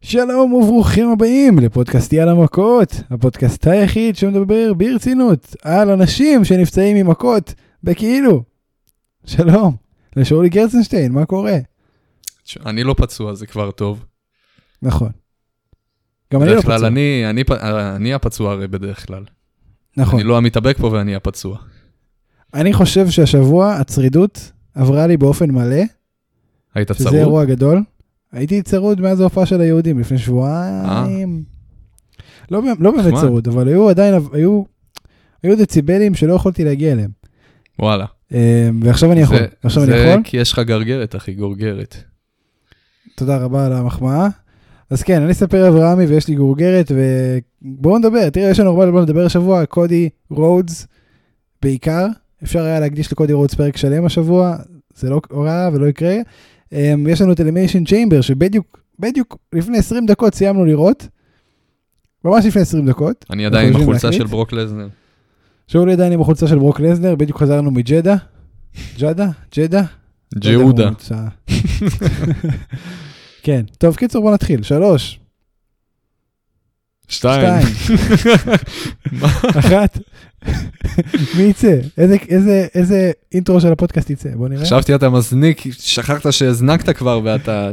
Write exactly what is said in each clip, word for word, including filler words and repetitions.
שלום וברוכים הבאים לפודקאסטי על המכות, הפודקאסט היחיד שמדבר ברצינות על אנשים שנפצעים ממכות בכאילו. שלום, לשאולי גרצנשטיין, מה קורה? אני לא פצוע, זה כבר טוב. נכון. גם אני לא פצוע. אני, אני, אני הפצוע הרי בדרך כלל. נכון. אני לא המתאבק פה ואני הפצוע. אני חושב שהשבוע הצרידות עברה לי באופן מלא. היית צרוד? שזה אירוע גדול. הייתי צרוד מאז ההופעה של היהודים לפני שבועיים. לא, לא באמת צרוד, אבל היו עדיין, היו, היו דציבלים שלא יכולתי להגיע אליהם. וואלה. ועכשיו אני יכול. עכשיו זה אני יכול. כי יש לך גרגרת, אחי, גורגרת. תודה רבה על המחמאה. אז כן, אני אספר אברהמי ויש לי גורגרת, ובואו נדבר. תראה, יש לנו הרבה לבוא לדבר השבוע, קודי רודס בעיקר. אפשר היה להקדיש לקודי רודס פרק שלם השבוע, זה לא הוראה ולא יקרה. יש לנו את אלימיניישן צ'יימבר, שבדיוק בדיוק לפני עשרים דקות סיימנו לראות. ממש לפני עשרים דקות. אני עדיין עם החולצה של ברוק לזנר. שאולי עדיין עם החולצה של ברוק לזנר, בדיוק חזרנו מג'דה. ג'דה? ג'דה? ג'הודה. כן, טוב, קיצור, בוא נתחיל. שלוש. שתיים. אחת. מי יצא? איזה אינטרו של הפודקאסט יצא? בוא נראה. חשבתי אתה מזניק, שכחת שהזנקת כבר ואתה...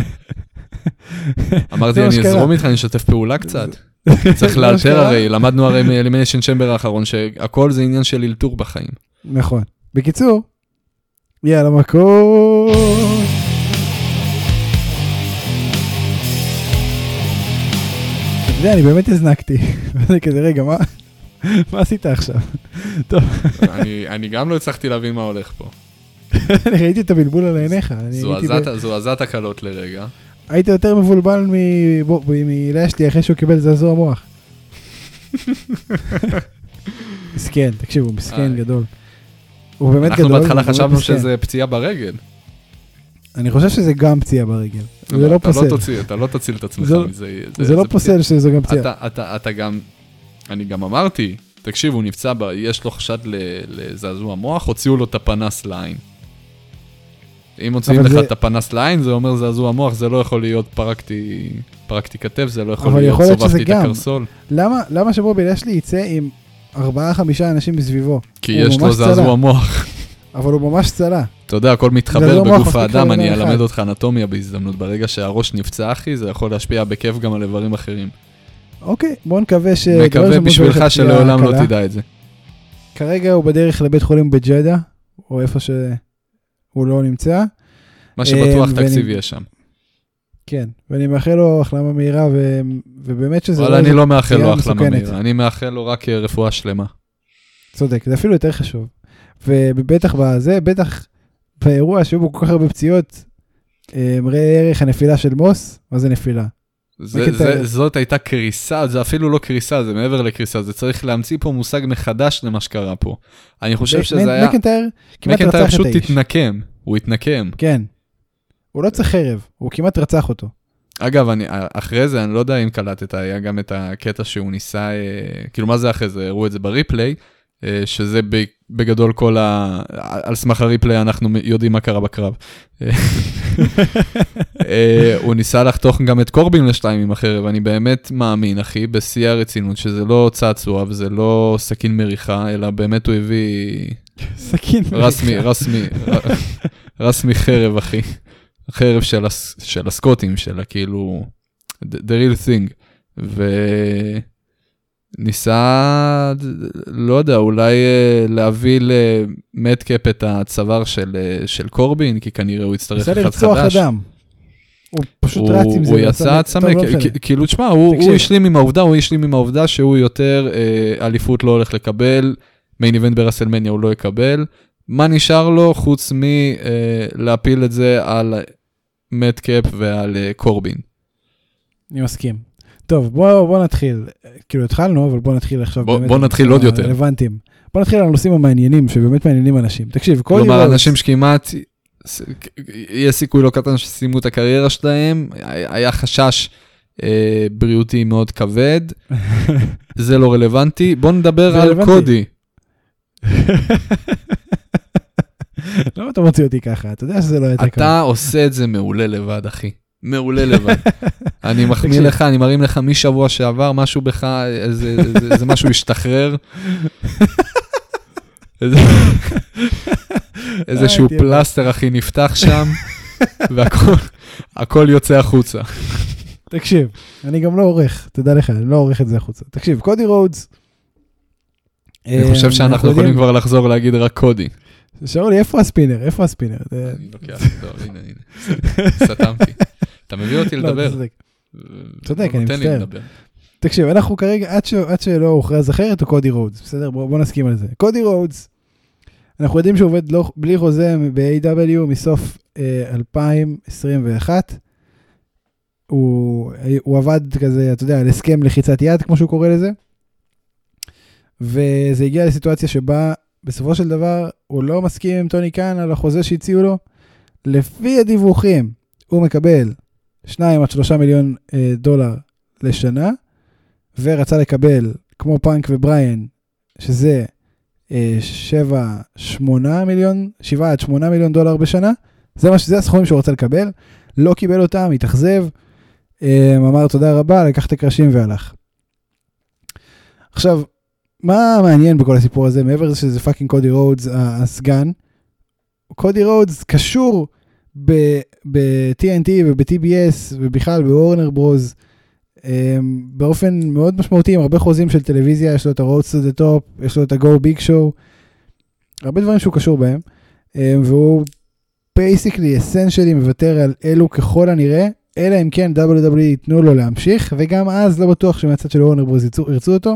אמרתי אני אזרום איתך, אני אשתף פעולה קצת. צריך לאלתר הרי, למדנו הרי מאלימיניישן צ'יימבר האחרון, שהכל זה עניין של אלתור בחיים. נכון. בקיצור, יאללה מכות. אתה יודע, אני באמת הזנקתי. וזה כזה, רגע, מה? מה עשית עכשיו? טוב. אני גם לא הצלחתי להבין מה הולך פה. אני ראיתי את הבלבול על עיניך. זו עזת הקלות לרגע. היית יותר מבולבל מלהשתי אחרי שהוא קיבל זעזוע מוח. מסכן, תקשיבו, מסכן גדול. הוא באמת גדול. אנחנו בהתחלה חשבנו שזה פציעה ברגל. אני חושב שזה גם פציעה ברגל. זה לא פוסל. אתה לא תציל את עצמך מזה. זה לא פוסל שזה גם פציעה. אתה גם... אני גם אמרתי, תקשיב, הוא נפצע, יש לו חשד לזעזוע מוח, הוציאו לו את הפנס לעין. אם הוציאים לך את הפנס לעין, זה אומר זעזוע מוח, זה לא יכול להיות פרקתי, פרקתי כתב, זה לא יכול להיות סובבתי את הקרסול. למה שבובי לשלי יצא עם ארבעה, חמישה אנשים מסביבו? כי יש לו זעזוע מוח. אבל הוא ממש צלה. אתה יודע, הכל מתחבר בגוף האדם, אני אלמד אותך אנטומיה בהזדמנות. ברגע שהראש נפצע, אחי, זה יכול להשפיע בכיף גם על איברים אחרים. אוקיי, בוא נקווה ש... מקווה בשבילך שלעולם לא תדע את זה. כרגע הוא בדרך לבית חולים בג'דה, או איפה שהוא לא נמצא. מה שבטוח תקציב יש שם. כן, ואני מאחל לו החלמה מהירה, ובאמת שזה... אבל אני לא מאחל לו החלמה מהירה, אני מאחל לו רק רפואה שלמה. צודק, זה אפילו יותר חשוב. ובטח בזה, בטח באירוע שהוא בו כל כך הרבה פציעות, מראה ערך הנפילה של מוס, מה זה נפילה? זה, זה, זאת הייתה קריסה, זה אפילו לא קריסה, זה מעבר לקריסה, זה צריך להמציא פה מושג מחדש למה שקרה פה. אני חושב שזה היה... מקנטייר כמעט רצח את האיש. מקנטייר פשוט התנקם, הוא התנקם. כן, הוא לא צריך חרב, הוא כמעט רצח אותו. אגב, אני, אחרי זה, אני לא יודע אם קלטת, היה גם את הקטע שהוא ניסה, כאילו מה זה אחרי זה, הראו את זה בריפליי, שזה בגדול כל ה... על סמך הריפליי אנחנו יודעים מה קרה בקרב. הוא ניסה לחתוך גם את קורבין לשתיים עם החרב, אני באמת מאמין, אחי, בשיא הרצינות, שזה לא צעצוע וזה לא סכין מריחה, אלא באמת הוא הביא... סכין מריחה. רסמי, רסמי, רסמי חרב, אחי. החרב של, הס... של הסקוטים, של כאילו... The, the real thing. ו... ניסה, לא יודע, אולי להביא למדקאפ את הצוואר של, של קורבין, כי כנראה הוא יצטרך אחד חדש. ניסה לרצוח אדם. הוא פשוט רץ עם זה. הוא יצא צמק, כאילו תשמע, הוא השלים עם העובדה, הוא השלים עם העובדה שהוא יותר אליפות לא הולך לקבל, מיין איבנט ברסלמניה הוא לא יקבל. מה נשאר לו חוץ מלהפיל את זה על מדקאפ ועל קורבין? אני מסכים. טוב, בוא, בוא נתחיל, כאילו התחלנו, אבל בוא נתחיל עכשיו בוא, באמת. בוא נתחיל עוד יותר. רלוונטיים. בוא נתחיל על הנושאים המעניינים, שבאמת מעניינים אנשים. תקשיב, כל... כלומר, אנשים שכמעט, יש סיכוי לא קטן שסיימו את הקריירה שלהם, היה חשש אה, בריאותי מאוד כבד, זה לא רלוונטי. בוא נדבר על רלוונטי. קודי. למה אתה מוציא אותי ככה? אתה יודע שזה לא הייתה ככה. אתה עושה את זה מעולה לבד, אחי. מעולה לבד. אני מחמיא לך, אני מרים לך משבוע שעבר, משהו בך, איזה משהו השתחרר. איזשהו פלסטר הכי נפתח שם, והכל יוצא החוצה. תקשיב, אני גם לא עורך, תדע לך, אני לא עורך את זה החוצה. תקשיב, קודי רודס. אני חושב שאנחנו יכולים כבר לחזור להגיד רק קודי. שאול לי, איפה הספינר? איפה הספינר? אני לוקח, טוב, הנה, הנה. סתמתי. אתה מביא אותי לדבר. צודק, אני מצטער. תקשיב, אנחנו כרגע, עד שלא הוכרז אחרת, הוא קודי רודס. בסדר? בוא נסכים על זה. קודי רודס, אנחנו יודעים שהוא עובד בלי חוזה ב-איי דאבליו מסוף אלפיים עשרים ואחת. הוא, הוא עבד כזה, אתה יודע, על הסכם לחיצת יד, כמו שהוא קורא לזה. וזה הגיע לסיטואציה שבה, בסופו של דבר, הוא לא מסכים עם טוני קאן על החוזה שהציעו לו. לפי הדיווחים, הוא מקבל שניים עד שלושה מיליון אה, דולר לשנה, ורצה לקבל, כמו פאנק ובריין, שזה אה, שבע, שמונה מיליון, שבעה עד שמונה מיליון דולר בשנה. זה מה שזה הסכומים שהוא רוצה לקבל. לא קיבל אותם, התאכזב. אמר תודה רבה, לקח את הקרשים והלך. עכשיו, מה מעניין בכל הסיפור הזה, מעבר לזה שזה פאקינג קודי רודס, הסגן, קודי רודס קשור ב-טי אן טי וב-טי בי אס, ובכלל בוורנר ברוז, באופן מאוד משמעותי, עם הרבה חוזים של טלוויזיה, יש לו את ה-Roads to the Top, יש לו את ה-Go Big Show, הרבה דברים שהוא קשור בהם, והוא basically, essentially, מוותר על אלו ככל הנראה, אלא אם כן דאבליו דאבליו אי ייתנו לו להמשיך, וגם אז לא בטוח שמהצד של וורנר ברוז ירצו אותו.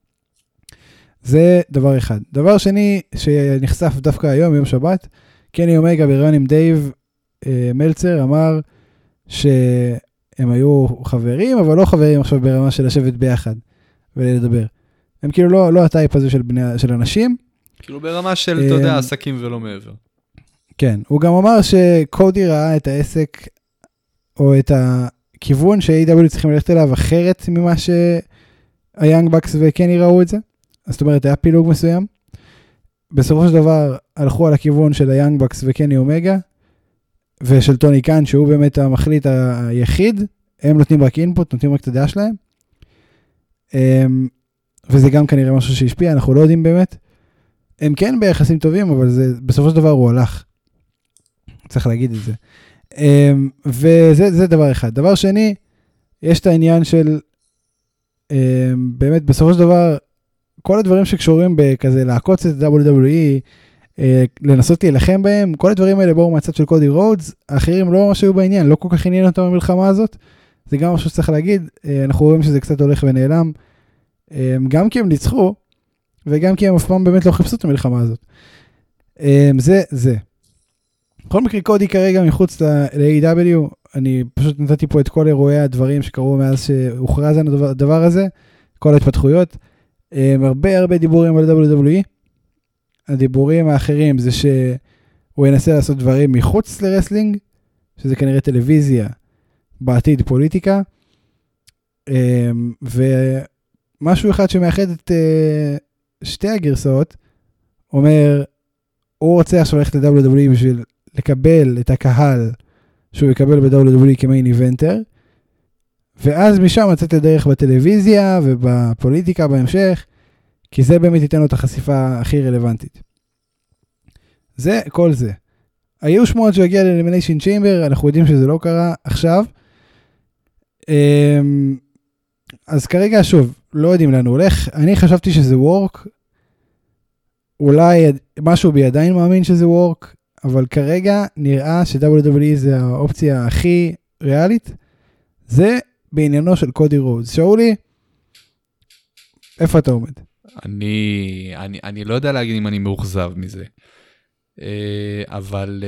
זה דבר אחד. דבר שני שנחשף דווקא היום, יום שבת, קני אומגה בראיון עם דייב אה, מלצר אמר שהם היו חברים, אבל לא חברים עכשיו ברמה של לשבת ביחד ולדבר. הם כאילו לא, לא הטייפ הזה של, בני, של אנשים. כאילו ברמה של, אתה יודע, עסקים ולא מעבר. כן, הוא גם אמר שקודי ראה את העסק או את הכיוון ש-איי דאבליו צריכים ללכת אליו אחרת ממה שהיאנג בקס וקני ראו את זה. זאת אומרת, היה פילוג מסוים. בסופו של דבר, הלכו על הכיוון של היאנג בקס וקני אומגה, ושל טוני קאן, שהוא באמת המחליט היחיד. הם נותנים רק אינפוט, נותנים רק את הדעה שלהם. וזה גם כנראה משהו שהשפיע, אנחנו לא יודעים באמת. הם כן ביחסים טובים, אבל זה, בסופו של דבר הוא הלך. צריך להגיד את זה. וזה זה דבר אחד. דבר שני, יש את העניין של, באמת, בסופו של דבר, כל הדברים שקשורים בכזה לעקוץ את דאבליו דאבליו אי, לנסות להילחם בהם, כל הדברים האלה באו מהצד של קודי רודס, האחרים לא ממש היו בעניין, לא כל כך עניין אותם במלחמה הזאת, זה גם משהו שצריך להגיד, אנחנו רואים שזה קצת הולך ונעלם, גם כי הם ניצחו, וגם כי הם אף פעם באמת לא חיפשו את המלחמה הזאת. זה, זה. בכל מקרה, קודי כרגע מחוץ ל-איי דאבליו, אני פשוט נתתי פה את כל אירועי הדברים שקרו מאז שהוכרז לנו הדבר הזה, כל ההתפתחויות, הרבה הרבה דיבורים על דאבליו דאבליו אי, הדיבורים האחרים זה שהוא ינסה לעשות דברים מחוץ לרסלינג, שזה כנראה טלוויזיה, בעתיד פוליטיקה, ומשהו אחד שמאחד את שתי הגרסאות, אומר, הוא רוצה עכשיו ללכת ל-דאבליו דאבליו אי בשביל לקבל את הקהל שהוא יקבל ב-דאבליו דאבליו אי כמיין איבנטר, ואז משם מצאת לדרך בטלוויזיה ובפוליטיקה בהמשך, כי זה באמת ייתן לו את החשיפה הכי רלוונטית. זה, כל זה. היו שמועות שהוא יגיע ל-Elimination Chamber, אנחנו יודעים שזה לא קרה עכשיו. אז כרגע, שוב, לא יודעים לאן הוא הולך. אני חשבתי שזה וורק. אולי משהו בי עדיין מאמין שזה וורק, אבל כרגע נראה ש-דאבליו דאבליו אי זה האופציה הכי ריאלית. זה בעניינו של קודי רודס. שאולי, איפה אתה עומד? אני, אני, אני לא יודע להגיד אם אני מאוכזב מזה, אבל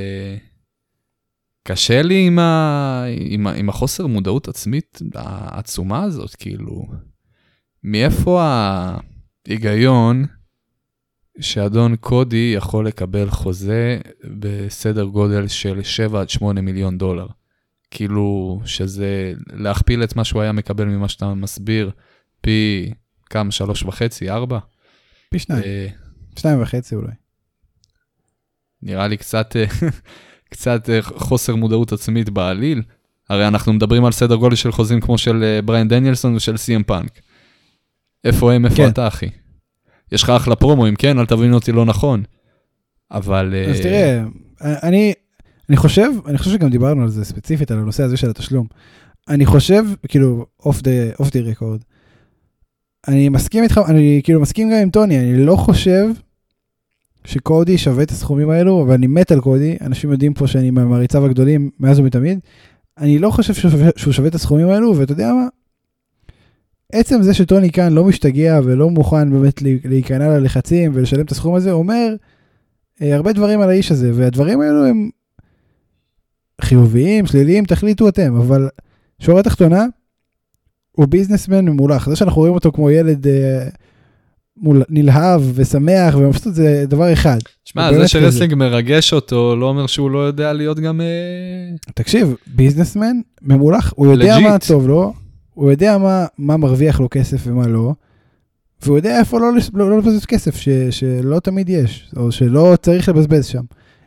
קשה לי עם, ה, עם, ה, עם החוסר מודעות עצמית העצומה הזאת, כאילו, מאיפה ההיגיון שאדון קודי יכול לקבל חוזה בסדר גודל של שבע עד שמונה מיליון דולר, כאילו שזה להכפיל את מה שהוא היה מקבל ממה שאתה מסביר, פי כמה, שלוש וחצי, ארבע? פי שניים. שניים וחצי אולי. נראה לי קצת, קצת חוסר מודעות עצמית בעליל, הרי אנחנו מדברים על סדר גודל של חוזים כמו של בריין דניאלסון ושל סי-אם פאנק. איפה הם, איפה כן. אתה, אחי? יש לך אחלה פרומואים, כן? אל תבין אותי לא נכון. אבל... אז uh... תראה, אני, אני חושב, אני חושב שגם דיברנו על זה ספציפית, על הנושא הזה של התשלום. אני חושב, כאילו, off the, off the record, אני מסכים איתך, אני כאילו מסכים גם עם טוני, אני לא חושב שקודי שווה את הסכומים האלו, אבל אני מת על קודי, אנשים יודעים פה שאני מהמעריציו הגדולים מאז ומתמיד, אני לא חושב שהוא שווה, שהוא שווה את הסכומים האלו, ואתה יודע מה? עצם זה שטוני כאן לא משתגע ולא מוכן באמת להיכנע ללחצים ולשלם את הסכום הזה, אומר אה, הרבה דברים על האיש הזה, והדברים האלו הם חיוביים, שליליים, תחליטו אתם, אבל שורה תחתונה, הוא ביזנסמן ממולח. זה שאנחנו רואים אותו כמו ילד אה, מול, נלהב ושמח, ומפסטות זה דבר אחד. תשמע, זה שרסלינג מרגש אותו, לא אומר שהוא לא יודע להיות גם... אה... תקשיב, ביזנסמן ממולח, הוא יודע לג'יט. מה טוב לו, הוא יודע מה, מה מרוויח לו כסף ומה לא, והוא יודע איפה לא, לא, לא לבזבז כסף, ש, שלא תמיד יש, או שלא צריך לבזבז שם.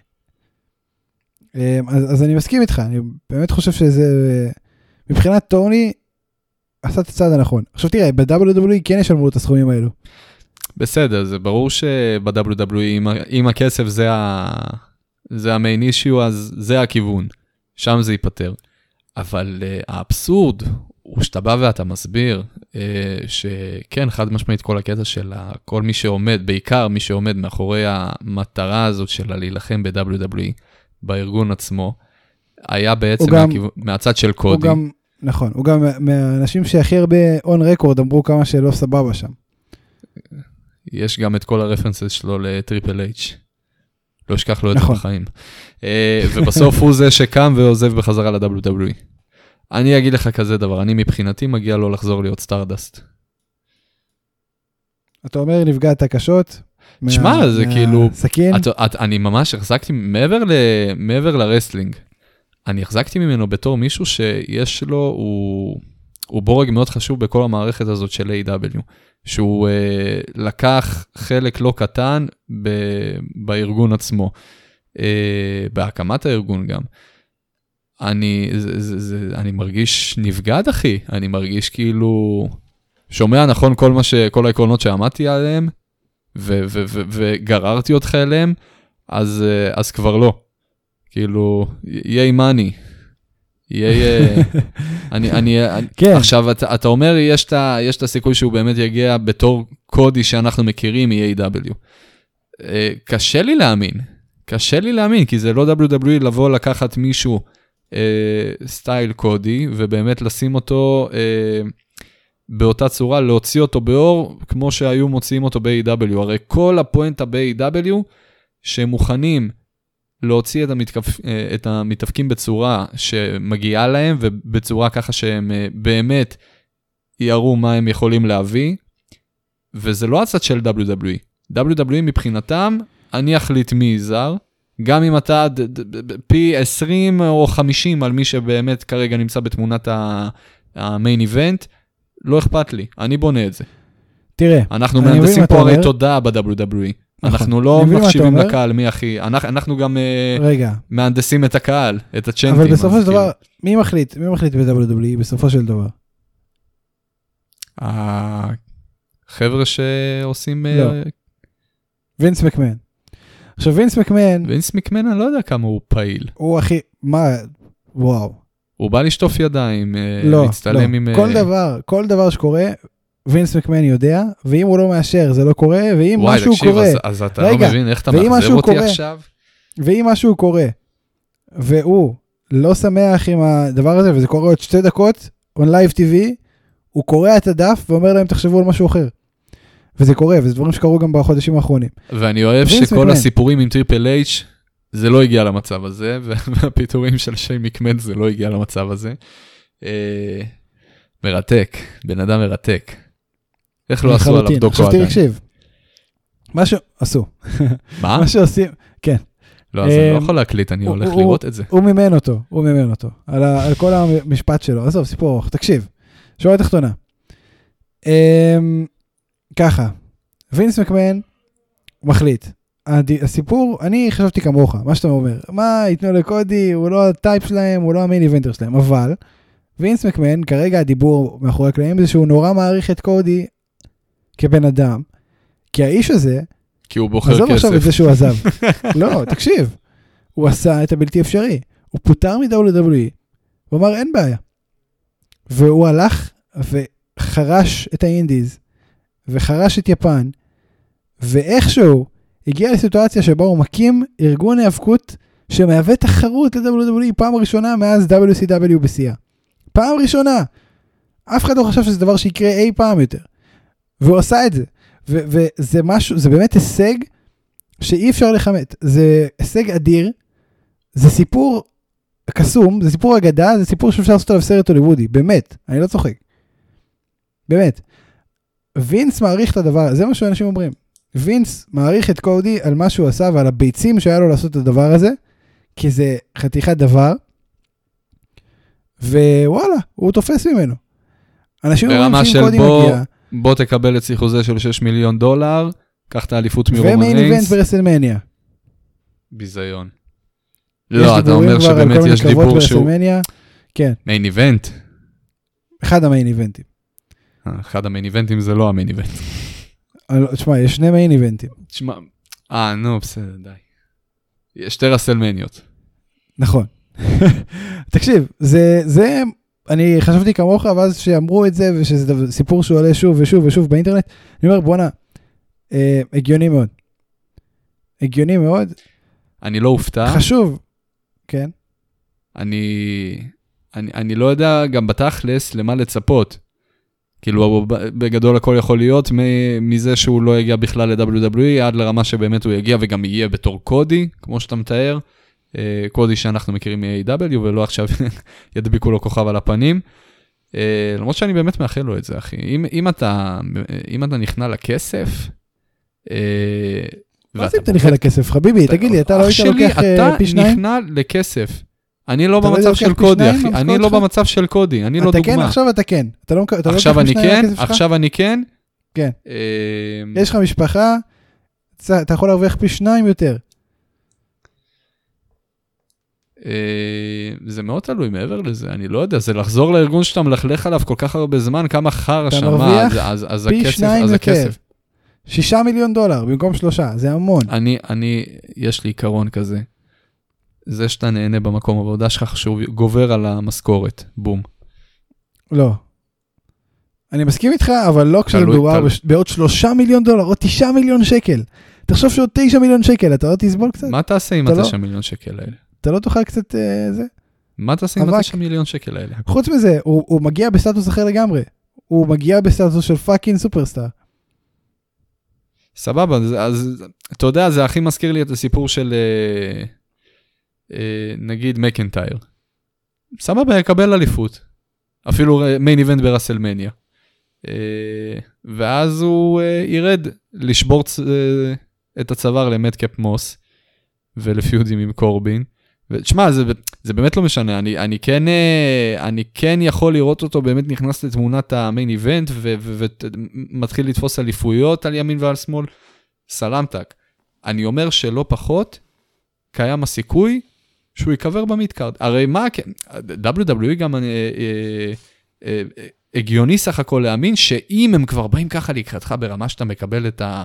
אז, אז אני מסכים איתך, אני באמת חושב שזה, מבחינת טוני, עשה את הצעד הנכון. עכשיו תראה, ב-דאבליו דאבליו אי כן ישלמו את הסכומים האלו. בסדר, זה ברור שב-דאבליו דאבליו אי, אם הכסף זה, ה... זה המיין אישיו, אז זה הכיוון. שם זה ייפטר. אבל uh, האבסורד, הוא שאתה בא ואתה מסביר, uh, שכן, חד משמעית כל הקטע של כל מי שעומד, בעיקר מי שעומד מאחורי המטרה הזאת של להילחם ב-דאבליו דאבליו אי, בארגון עצמו, היה בעצם גם, מהכיו... מהצד של קודי. הוא גם, נכון, הוא גם מהאנשים שהכי הרבה און רקורד אמרו כמה שלא סבבה שם. יש גם את כל הרפרנסס שלו לטריפל אייץ'. לא אשכח לו את נכון. זה בחיים. ובסוף הוא זה שקם ועוזב בחזרה ל-דאבליו דאבליו אי. אני אגיד לך כזה דבר, אני מבחינתי מגיע לו לחזור להיות סטארדסט. אתה אומר נפגעת קשות? תשמע, זה כאילו... סכין? את, את, אני ממש החזקתי, מעבר, ל, מעבר לרסלינג, אני החזקתי ממנו בתור מישהו שיש לו, הוא, הוא בורג מאוד חשוב בכל המערכת הזאת של איי דאבליו, שהוא אה, לקח חלק לא קטן ב, בארגון עצמו, אה, בהקמת הארגון גם. אני, זה, זה, זה, אני מרגיש נפגד, אחי, אני מרגיש כאילו, שומע נכון כל מה ש, כל העקרונות שעמדתי עליהם, ו- ו- ו- וגררתי אותך אליהם, אז, אז כבר לא. כאילו, יהיה מאני. יהיה... אני, אני, כן. עכשיו, אתה, אתה אומר, יש את, יש את הסיכוי שהוא באמת יגיע בתור קודי שאנחנו מכירים מ-איי דאבליו. קשה לי להאמין. קשה לי להאמין, כי זה לא דאבליו דאבליו אי לבוא לקחת מישהו סטייל קודי, ובאמת לשים אותו... באותה צורה, להוציא אותו באור, כמו שהיו מוציאים אותו ב-איי דאבליו. הרי כל הפואנטה ב-איי דאבליו, שהם מוכנים להוציא את, המתקפ... את המתאפקים בצורה שמגיעה להם, ובצורה ככה שהם באמת יראו מה הם יכולים להביא, וזה לא הצד של דאבליו דאבליו אי. דאבליו דאבליו אי מבחינתם, אני אחליט מי זר, גם אם אתה פי עשרים או חמישים על מי שבאמת כרגע נמצא בתמונת המיין איבנט, לא אכפת לי, אני בונה את זה. תראה, אנחנו מהנדסים פה הרי תודה ב-דאבליו דאבליו אי. אנחנו לא מחשיבים לקהל מי הכי, אנחנו גם מהנדסים את הקהל, את הצ'נטים. אבל בסופו של דבר, מי מחליט? מי מחליט ב-דאבליו דאבליו אי בסופו של דבר? החבר'ה שעושים... לא. וינס מקמן. עכשיו וינס מקמן... וינס מקמן, אני לא יודע כמה הוא פעיל. הוא הכי... מה... וואו. הוא בא לשטוף ידיים, לא, להצטלם לא. עם... כל דבר, כל דבר שקורה, וינס מקמן יודע, ואם הוא לא מאשר, זה לא קורה, ואם וואי, משהו תקשיב, קורה... אז, אז אתה רגע, לא מבין איך אתה מאכזב אותי קורה, עכשיו? ואם משהו קורה, והוא לא שמח עם הדבר הזה, וזה קורה עוד שתי דקות, on live טי וי, הוא קורא את הדף, ואומר להם, תחשבו על משהו אחר. וזה קורה, וזה דברים שקרו גם בחודשים האחרונים. ואני אוהב שכל מקמן. הסיפורים עם טריפל אייץ', זה לא הגיע למצב הזה, והפיתורים של שי מקמן זה לא הגיע למצב הזה. מרתק, בן אדם מרתק. איך לא עשו עליו דוקו עדיין? עכשיו תקשיב, מה שעשו. מה? מה שעושים, כן. לא, אז אני לא יכול להקליט, אני הולך לראות את זה. הוא מימן אותו, הוא מימן אותו, על כל המשפט שלו. עזוב, סיפור ארוך, תקשיב, שורה תחתונה. ככה, וינס מקמן מחליט, הסיפור, אני חשבתי כמוך, מה שאתה אומר, מה ייתנו לקודי, הוא לא הטייפ שלהם, הוא לא המיין איבנטר שלהם, אבל וינס מקמן, כרגע הדיבור מאחורי הקלעים זה שהוא נורא מעריך את קודי כבן אדם, כי האיש הזה, כי הוא בוחר עזוב כסף. עכשיו את זה שהוא עזב. לא, תקשיב, הוא עשה את הבלתי אפשרי, הוא פוטר מ-דאבליו דאבליו אי, הוא אמר אין בעיה, והוא הלך וחרש את האינדיז, וחרש את יפן, ואיכשהו הגיע לסיטואציה שבה הוא מקים ארגון היאבקות שמהווה תחרות ל-דאבליו דאבליו אי פעם ראשונה מאז דאבליו סי דאבליו בשיאה. פעם ראשונה. אף אחד לא חשב שזה דבר שיקרה אי פעם יותר. והוא עשה את זה. ו- וזה משהו, זה באמת הישג שאי אפשר לחמת. זה הישג אדיר. זה סיפור קסום, זה סיפור אגדה, זה סיפור שאפשר לעשות עליו סרט הוליוודי. באמת, אני לא צוחק. באמת. וינס מעריך את הדבר, זה מה שאנשים אומרים. וינס מעריך את קודי על מה שהוא עשה ועל הביצים שהיה לו לעשות את הדבר הזה, כי זה חתיכת דבר, ווואלה, הוא תופס ממנו. אנשים אומרים שאם קודי בוא, מגיע... בוא תקבל את חוזה של שש מיליון דולר, קח את האליפות מרומן ריינס. ומיין איבנט ברסלמניה. ביזיון. לא, אתה אומר שבאמת יש דיבור שהוא... כן. מיין איבנט. אחד המיין איבנטים. אחד המיין איבנטים זה לא המיין איבנט. תשמע, יש שני מיין איבנטים. תשמע, אה, נו, בסדר, די. יש שתי רסלמניות. נכון. תקשיב, זה, זה, אני חשבתי כמוך, ואז שאמרו את זה, ושזה סיפור שהוא עולה שוב ושוב ושוב באינטרנט, אני אומר, בוא'נה, אה, הגיוני מאוד. הגיוני מאוד. אני לא הופתע. חשוב, כן. אני, אני, אני לא יודע גם בתכלס למה לצפות. כאילו, בגדול הכל יכול להיות מזה שהוא לא יגיע בכלל ל-דאבליו דאבליו אי, עד לרמה שבאמת הוא יגיע וגם יהיה בתור קודי, כמו שאתה מתאר. קודי שאנחנו מכירים מ-איי דאבליו, ולא עכשיו ידביקו לו כוכב על הפנים. למרות שאני באמת מאחל לו את זה, אחי. אם, אם אתה, אם אתה נכנע לכסף... מה זה אם אתה נכנע לכסף, חביבי? תגיד לי, אתה לא היית לוקח פי שניים? אתה נכנע לכסף. אני לא במצב של קודי, אחי. אני לא במצב של קודי, אני לא דוגמה. אתה כן, עכשיו אתה כן. עכשיו אני כן, עכשיו אני כן. כן. יש לך משפחה, אתה יכול להרוויח פי שניים יותר. זה מאוד תלוי מעבר לזה, אני לא יודע, זה לחזור לארגון שאתה מלכלך עליו כל כך הרבה זמן, כמה חר השמה, אז הכסף. שישה מיליון דולר במקום שלושה, זה המון. אני, אני, יש לי עיקרון כזה. זה שאתה נהנה במקום עבודה שלך חשוב, גובר על המשכורת, בום. לא. אני מסכים איתך, אבל לא כשמדובר בעוד שלושה מיליון דולר, או תשעה מיליון שקל. תחשוב שעוד תשעה מיליון שקל, אתה לא תסבול קצת? מה תעשה עם התשעה מיליון שקל האלה? אתה לא תוכל קצת זה? מה תעשה עם התשעה מיליון שקל האלה? חוץ מזה, הוא מגיע בסטטוס אחר לגמרי. הוא מגיע בסטטוס של פאקינג סופרסטאר. סבבה, אז אתה יודע, זה הכי מזכיר לי את הסיפור של נגיד מקנטייר. סבבה, יקבל אליפות. אפילו מיין איבנט ברסלמניה. ואז הוא ירד לשבור את הצוואר למדקאפ מוס, ולפיודים עם קורבין. ותשמע, זה, זה באמת לא משנה, אני, אני, כן, אני כן יכול לראות אותו, באמת נכנס לתמונת המיין איבנט, ומתחיל לתפוס אליפויות על ימין ועל שמאל, סלמתק. אני אומר שלא פחות, קיים הסיכוי שהוא יקבר במידקארד. הרי מה, דאבליו דאבליו אי גם הגיוני סך הכל להאמין, שאם הם כבר באים ככה לקראתך ברמה שאתה מקבל את, ה,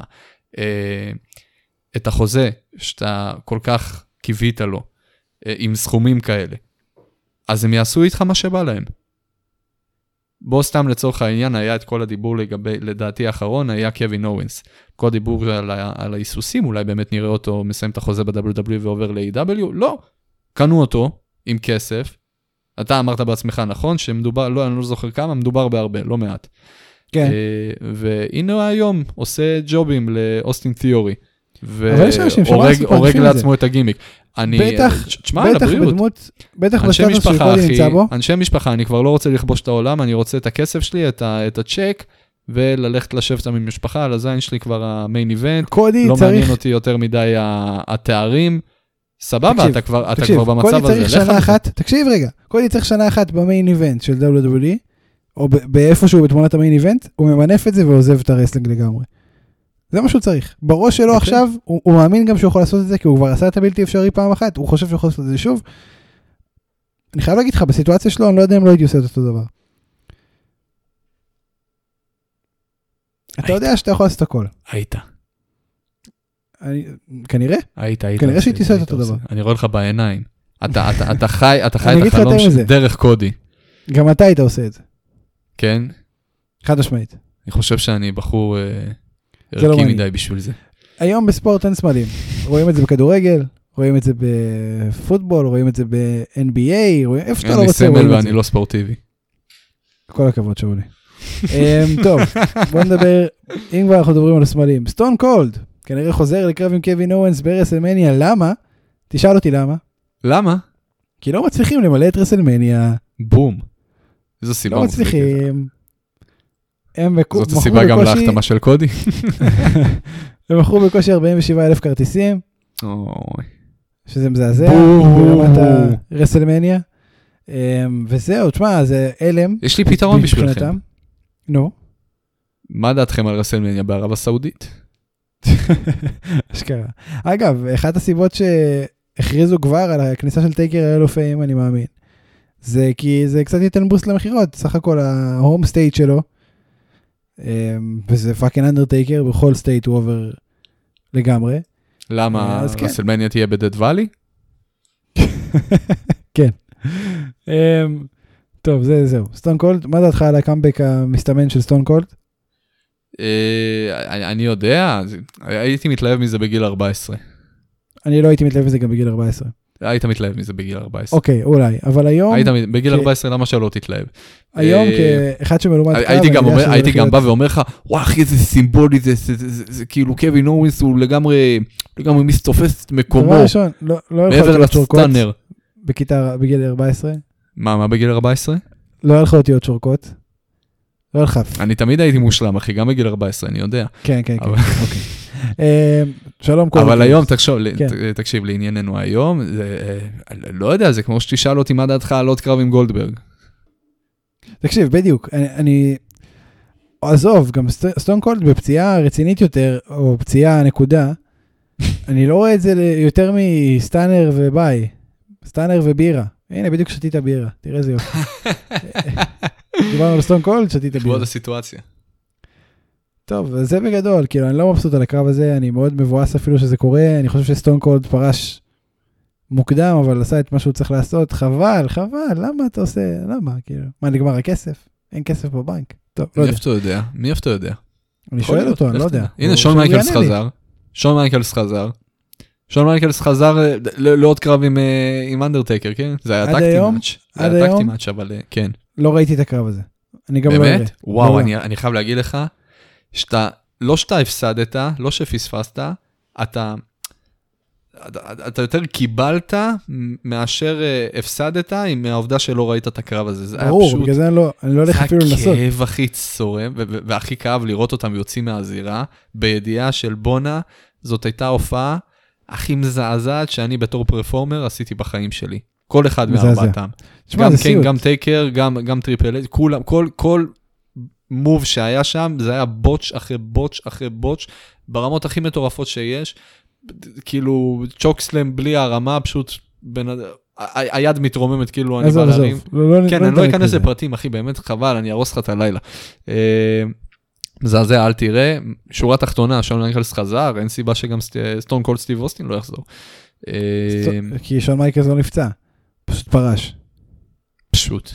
את החוזה, שאתה כל כך קיווית לו, עם סכומים כאלה. אז הם יעשו איתך מה שבא להם. בוא סתם לצורך העניין, היה את כל הדיבור לגבי, לדעתי האחרון, היה קווין אוונס. כל הדיבור על, על ההיסוסים, אולי באמת נראה אותו, מסיים את החוזה ב-דאבליו דאבליו אי ועובר ל-איי דאבליו, לא. קנו אותו עם כסף. אתה אמרת בעצמך, נכון? שמדובר, לא, אני לא זוכר כמה, מדובר בהרבה, לא מעט. כן. והנה היום עושה ג'ובים לאוסטין תיאורי. והורג לעצמו את הגימיק. בטח, בטח בדמות, בטח בסטטוס של קודי נמצא בו. אנשי משפחה, אני כבר לא רוצה לכבוש את העולם, אני רוצה את הכסף שלי, את הצ'ק, וללכת לשבת עם משפחה, על הזין שלי כבר המיין איבנט, לא מעניין אותי יותר מדי התארים, סבבה, אתה כבר במצב הזה. תקשיב רגע, קודי צריך שנה אחת במיין איבנט של דאבליו דאבליו אי, או באיפשהו בתמונת המיין איבנט, הוא ממנף את זה ועוזב את הרסלינג לגמרי. זה מה שהוא צריך. בראש שלו עכשיו, הוא, הוא מאמין גם שהוא יכול לעשות את זה, כי הוא כבר עשה את הבלתי אפשרי פעם אחת, הוא חושב שהוא יכול לעשות את זה שוב. אני חייב להגיד לך, בסיטואציה שלו, אני לא יודע אם לא הייתי עושה את אותו דבר. אתה יודע שאתה יכול לעשות הכל. היית. כנראה? היית, היית. כנראה שהייתי עושה את אותו דבר. אני רואה לך בעיניים. אתה חי את החלום דרך קודי. גם אתה היית עושה את זה. כן? חד משמעית. אני חושב שאני בחור ערכי מדי בשביל זה. היום בספורט אין סמלים. רואים את זה בכדורגל, רואים את זה בפוטבול, רואים את זה ב-אן בי איי, איפה שאתה לא רוצה רואים את זה. אני סמל ואני לא ספורטיבי. כל הכבוד שאולי. טוב, בוא נדבר, אם כבר אנחנו מדברים על הסמלים. סטון קולד, כנראה חוזר לקרב עם קווין אורנס ברסלמניה, למה? תשאל אותי למה. למה? כי לא מצליחים למלא את רסלמניה. בום. איזו סיבה. לא מצליחים. זאת הסיבה גם להחתמה של קודי. הם מכרו בקושי ארבעים ושבעה אלף כרטיסים. אוי. שזה מזעזע. ברמת הרסלמניה. וזהו, תשמע, זה אלם. יש לי פתרון בשבילכם. נו. מה דעתכם על רסלמניה בערב הסעודית? אשכרה. אגב, אחת הסיבות שהכריזו כבר על הכניסה של טייקר האלופים, אני מאמין. זה כי זה קצת ייתן בוסט למחירות, סך הכל ההום סטייט שלו, וזה פאקינג אנדרטייקר, בכל סטייט הוא עובר לגמרי. למה רסלמניה תהיה בדד ואלי? כן. טוב, זה זהו. סטון קולד, מה דעתך על הקאמבק המסתמן של סטון קולד? אני יודע, הייתי מתלהב מזה בגיל ארבע עשרה. אני לא הייתי מתלהב מזה גם בגיל ארבע עשרה. היית מתלהב מזה בגיל ארבע עשרה. אוקיי, אולי, אבל היום... היית בגיל ארבע עשרה, למה שלא תתלהב? היום כאחד שמלומד קרב... הייתי גם בא ואומר לך, וואו אחי, איזה סימבולי, זה כאילו קווין אורנס, הוא לגמרי מסתופס את מקומו. דבר ראשון, לא מעבר לסטאנר. בגיל ארבע עשרה? מה, מה בגיל ארבע עשרה? לא היה לך אותיות שורקות. לא הלכה. אני תמיד הייתי מושלם, אחי, גם בגיל ארבע עשרה, אני יודע. כן, כן, כן. שלום. אבל היום, תקשיב, לענייננו היום, לא יודע, זה כמו שתשאל אותי מה דעתך על עוד קרב עם גולדברג. תקשיב, בדיוק, אני... עזוב, גם סטון קולד בפציעה רצינית יותר, או פציעה נקודה, אני לא רואה את זה יותר מסטאנר וביי. סטאנר ובירה. הנה, בדיוק שתית בירה. תראה איזה יופי. דיברנו על סטון קולד, שתית בירה. לכבוד הסיטואציה. טוב, זה בגדול. כאילו, אני לא מבסוט על הקרב הזה, אני מאוד מבואס אפילו שזה קורה. אני חושב שסטון קולד פרש מוקדם, אבל עשה את מה שהוא צריך לעשות. חבל, חבל. למה אתה עושה? למה? כאילו, מה, נגמר הכסף? אין כסף בבנק. טוב, לא יודע. מי איפה אתה יודע? מי איפה אתה יודע? אני שואל אותו, אני לא יודע. הנה, שון מייקלס חזר. שון מייקלס חזר. שון מייקלס חזר לעוד קרב עם אנדרטייקר, כן? זה היה טקטי מאץ'. זה היה טקטי מאץ', אבל כן. לא ראיתי את הקרב הזה. אני גם לא אראה. באמת? וואו, אני חייב להגיד לך, שאתה, לא שאתה הפסדת, לא שפספסת, אתה, אתה יותר קיבלת מאשר הפסדת עם העובדה שלא ראית את הקרב הזה. זה היה פשוט... ברור, בגלל זה אני לא הולך אפילו לנסות. זה הכאב הכי צורם, והכי כאב לראות אותם יוצאים מהזירה, בידיעה של בונה, זאת הייתה הופעה, הכי מזעזעת שאני בתור פרפורמר עשיתי בחיים שלי. כל אחד מארבעתם. גם קיין, גם טייקר, גם, גם טריפל, כולם, כל, כל מוב שהיה שם, זה היה בוטש אחרי בוטש אחרי בוטש, ברמות הכי מטורפות שיש, כאילו צ'וקסלם בלי הרמה, פשוט בין, היד מתרוממת כאילו אני בא להרים. כן, אני לא אכנס לפרטים, אחי, באמת חבל, אני ארוס לך את הלילה. מזעזע, אל תראה, שורה תחתונה, שון מייקלס חזר, אין סיבה שגם סטון קולד סטיב אוסטין לא יחזור. כי שון מייקלס לא נפצע, פשוט פרש. פשוט.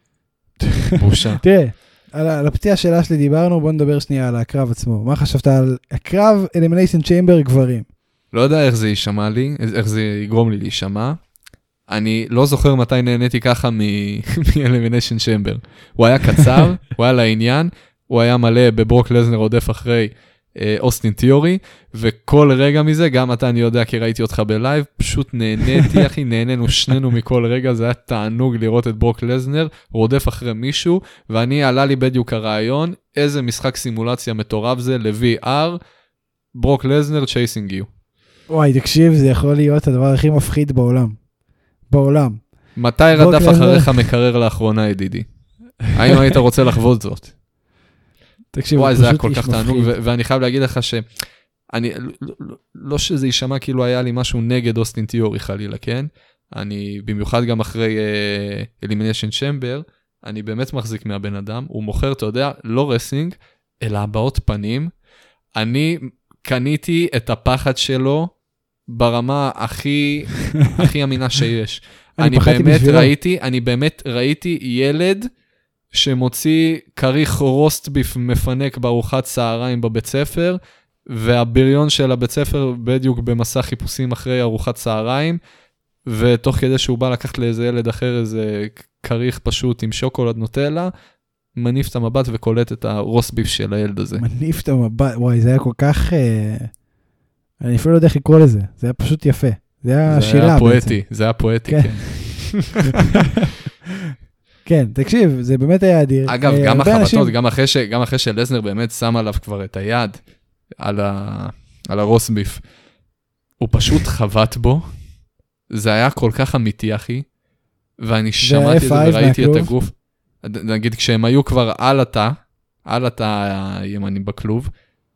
בושה. תראה, על הפציעה שלה שלי דיברנו, בוא נדבר שנייה על הקרב עצמו. מה חשבת על הקרב אלימיניישן צ'יימבר גברים? לא יודע איך זה יישמע לי, איך זה יגרום לי להישמע. אני לא זוכר מתי נהניתי ככה מ-אלימיניישן צ'יימבר. הוא היה קצר, הוא היה לעניין, הוא היה מלא בברוק לזנר עודף אחרי אה, אוסטין תיאורי, וכל רגע מזה, גם אתה אני יודע כי ראיתי אותך בלייב, פשוט נהניתי אחי, נהנינו שנינו מכל רגע, זה היה תענוג לראות את ברוק לזנר, רודף אחרי מישהו, ואני עלה לי בדיוק הרעיון, איזה משחק סימולציה מטורף זה, ל-וי אר, ברוק לזנר, צ'ייסינג יו. וואי, תקשיב, זה יכול להיות הדבר הכי מפחיד בעולם. בעולם. מתי רדף אחריך מקרר לאחרונה, ידידי? האם היית רוצה לחוות זאת? תקשיב, וואי, זה היה כל כך תענוג, ואני חייב להגיד לך ש... אני, לא שזה יישמע כאילו היה לי משהו נגד אוסטין תיאורי חלילה, כן? אני, במיוחד גם אחרי אלימיניישן צ'מבר, אני באמת מחזיק מהבן אדם, הוא מוכר, אתה יודע, לא רסינג, אלא הבעות פנים. אני קניתי את הפחד שלו ברמה הכי, הכי אמינה שיש. אני באמת ראיתי, אני באמת ראיתי ילד שמוציא כריך רוסט ביף מפנק בארוחת צהריים בבית ספר, והבריון של הבית ספר בדיוק במסע חיפושים אחרי ארוחת צהריים, ותוך כדי שהוא בא לקחת לאיזה ילד אחר איזה כריך פשוט עם שוקולד נוטלה, מניף את המבט וקולט את הרוסט ביף של הילד הזה. מניף את המבט, וואי, זה היה כל כך... אה... אני אפילו לא יודע איך לקרוא לזה, זה היה פשוט יפה. זה היה שירה בעצם. זה היה פואטי, זה היה פואטי, כן. כן, תקשיב, זה באמת היה אדיר. אגב, גם החבטות, גם אחרי שלזנר באמת שם עליו כבר את היד, על הרוסט ביף, הוא פשוט חבט בו, זה היה כל כך אמיתי, אחי, ואני שמעתי את זה וראיתי את הגוף, נגיד, כשהם היו כבר על התא, על התא הימני בכלוב,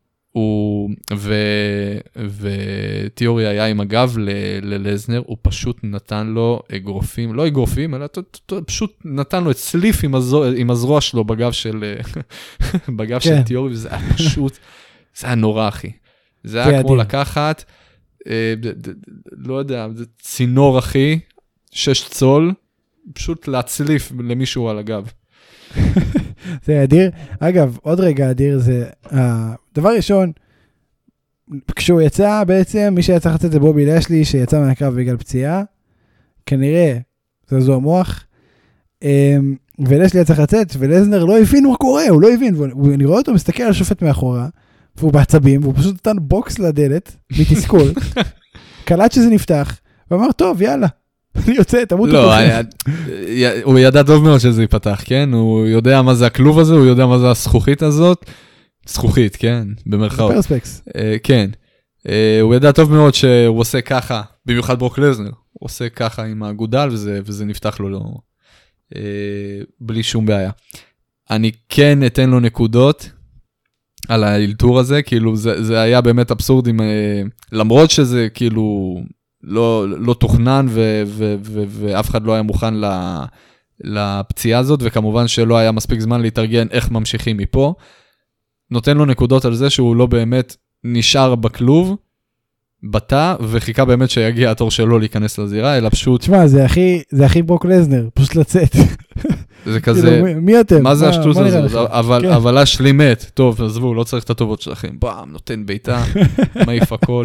ותיאורי היה עם הגב ללזנר, הוא פשוט נתן לו אגרופים, לא אגרופים, אלא פשוט נתן לו את סליף עם הזרוע שלו בגב של תיאורי, וזה היה פשוט, זה היה נורא, אחי. זה היה כמו לקחת, לא יודע, זה צינור, אחי, שש צול, פשוט להצליף למישהו על הגב. זה אדיר. אגב, עוד רגע אדיר זה, הדבר ראשון, כשהוא יצא בעצם, מי שיצא לצאת זה בובי לשלי, שיצא מהקרב בגלל פציעה, כנראה, זה זו המוח, ולשלי יצא לצאת, ולזנר לא הבין מה קורה, הוא לא הבין, ואני רואה אותו מסתכל על השופט מאחורה, והוא בעצבים, והוא פשוט נתן בוקס לדלת, מתסכול, קלט שזה נפתח, ואמר, טוב, יאללה. אני יוצא, תמות לא, הוא ידע טוב מאוד שזה ייפתח, כן? הוא יודע מה זה הכלוב הזה, הוא יודע מה זה הזכוכית הזאת. זכוכית, כן? במרכאות. פרספקס. כן. הוא ידע טוב מאוד שהוא עושה ככה, במיוחד ברוק לזנר. הוא עושה ככה עם הגודל, וזה נפתח לו בלי שום בעיה. אני כן אתן לו נקודות על האלתור הזה, כאילו זה היה באמת אבסורד, למרות שזה כאילו... לא, לא תוכנן ו, ו, ו, ואף אחד לא היה מוכן לפציעה הזאת, וכמובן שלא היה מספיק זמן להתארגן איך ממשיכים מפה. נותן לו נקודות על זה שהוא לא באמת נשאר בכלוב, בתא, וחיכה באמת שיגיע התור שלו להיכנס לזירה, אלא פשוט... תשמע, זה הכי, זה הכי ברוק לזנר, פשוט לצאת. זה כזה... מי אתם? מה זה השטות הזאת? אבל, אבל השלי מת. טוב, עזבו, לא צריך את הטובות שלכם. באם, נותן ביתה, מעיף הכל.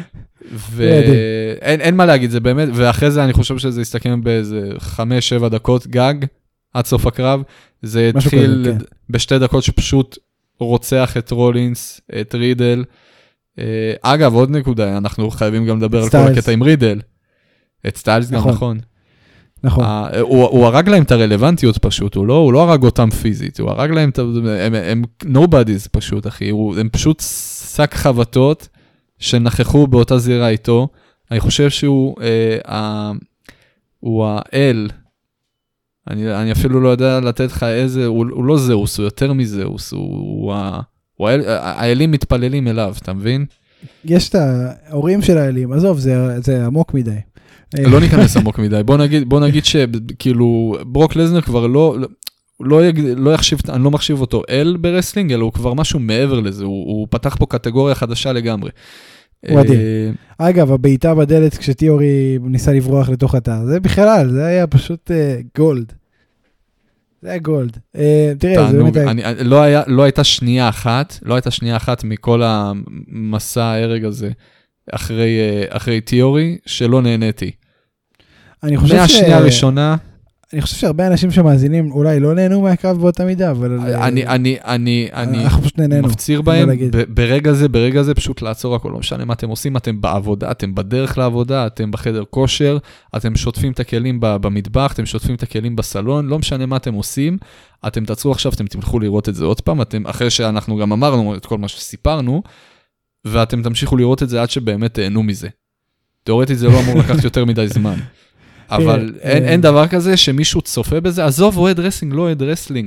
ואין אין מה להגיד, זה באמת, ואחרי זה אני חושב שזה יסתכם באיזה חמש, שבע דקות גג, עד סוף הקרב. זה התחיל כזה, כן. בשתי דקות שפשוט רוצח את רולינס, את רידל. אגב, עוד נקודה, אנחנו חייבים גם לדבר על כל הקטע עם רידל. את סטיילס גם נכון. נכון. הוא, הוא הרג להם את הרלוונטיות פשוט, הוא לא, הוא לא הרג אותם פיזית, הוא הרג להם את, הם, הם nobodies פשוט, אחי, הוא, הם פשוט שק חבטות שנכחו באותה זירה איתו, אני חושב שהוא, אה, ה, הוא האל, אני, אני אפילו לא יודע לתת לך איזה, הוא, הוא לא זהוס, הוא יותר מזהוס, הוא, הוא, הוא האל, האלים מתפללים אליו, אתה מבין? יש את ההורים של האלים, עזוב, זה, זה עמוק מדי. לא ניכנס עמוק מדי, בוא נגיד, בוא נגיד שכאילו ברוק לזנר כבר לא, לא, לא יחשיב, אני לא מחשיב אותו אל ברסלינג, אלא הוא כבר משהו מעבר לזה, הוא, הוא פתח פה קטגוריה חדשה לגמרי. הוא מדהים. אגב, הבעיטה בדלת כשתיאורי ניסה לברוח לתוך התא, זה בכלל, זה היה פשוט גולד. זה היה גולד. תראה, זה באמת היה... לא היה, לא הייתה שנייה אחת, לא הייתה שנייה אחת מכל המסע ההרג הזה, אחרי, אחרי תיאורי, שלא נהניתי. אני חושב מהשנייה הראשונה... אני חושב שהרבה אנשים שמאזינים אולי לא נהנו מהקרב באותה מידה, אבל... אני, אני, אני, אני נהנינו, מפציר בהם, ברגע זה, ברגע זה פשוט לעצור הכל, לא משנה מה אתם עושים, אתם בעבודה, אתם בדרך לעבודה, אתם בחדר כושר, אתם שוטפים את הכלים במטבח, אתם שוטפים את הכלים בסלון, לא משנה מה אתם עושים, אתם תעצרו עכשיו, אתם תלכו לראות את זה עוד פעם, אתם, אחרי שאנחנו גם אמרנו את כל מה שסיפרנו, ואתם תמשיכו לראות את זה עד שבאמת תהנו מזה. תיאורטית זה לא אמור לקחת יותר מדי זמן. אבל אין, אין דבר כזה שמישהו צופה בזה, עזוב, אוהד רסלינג, לא אוהד רסלינג.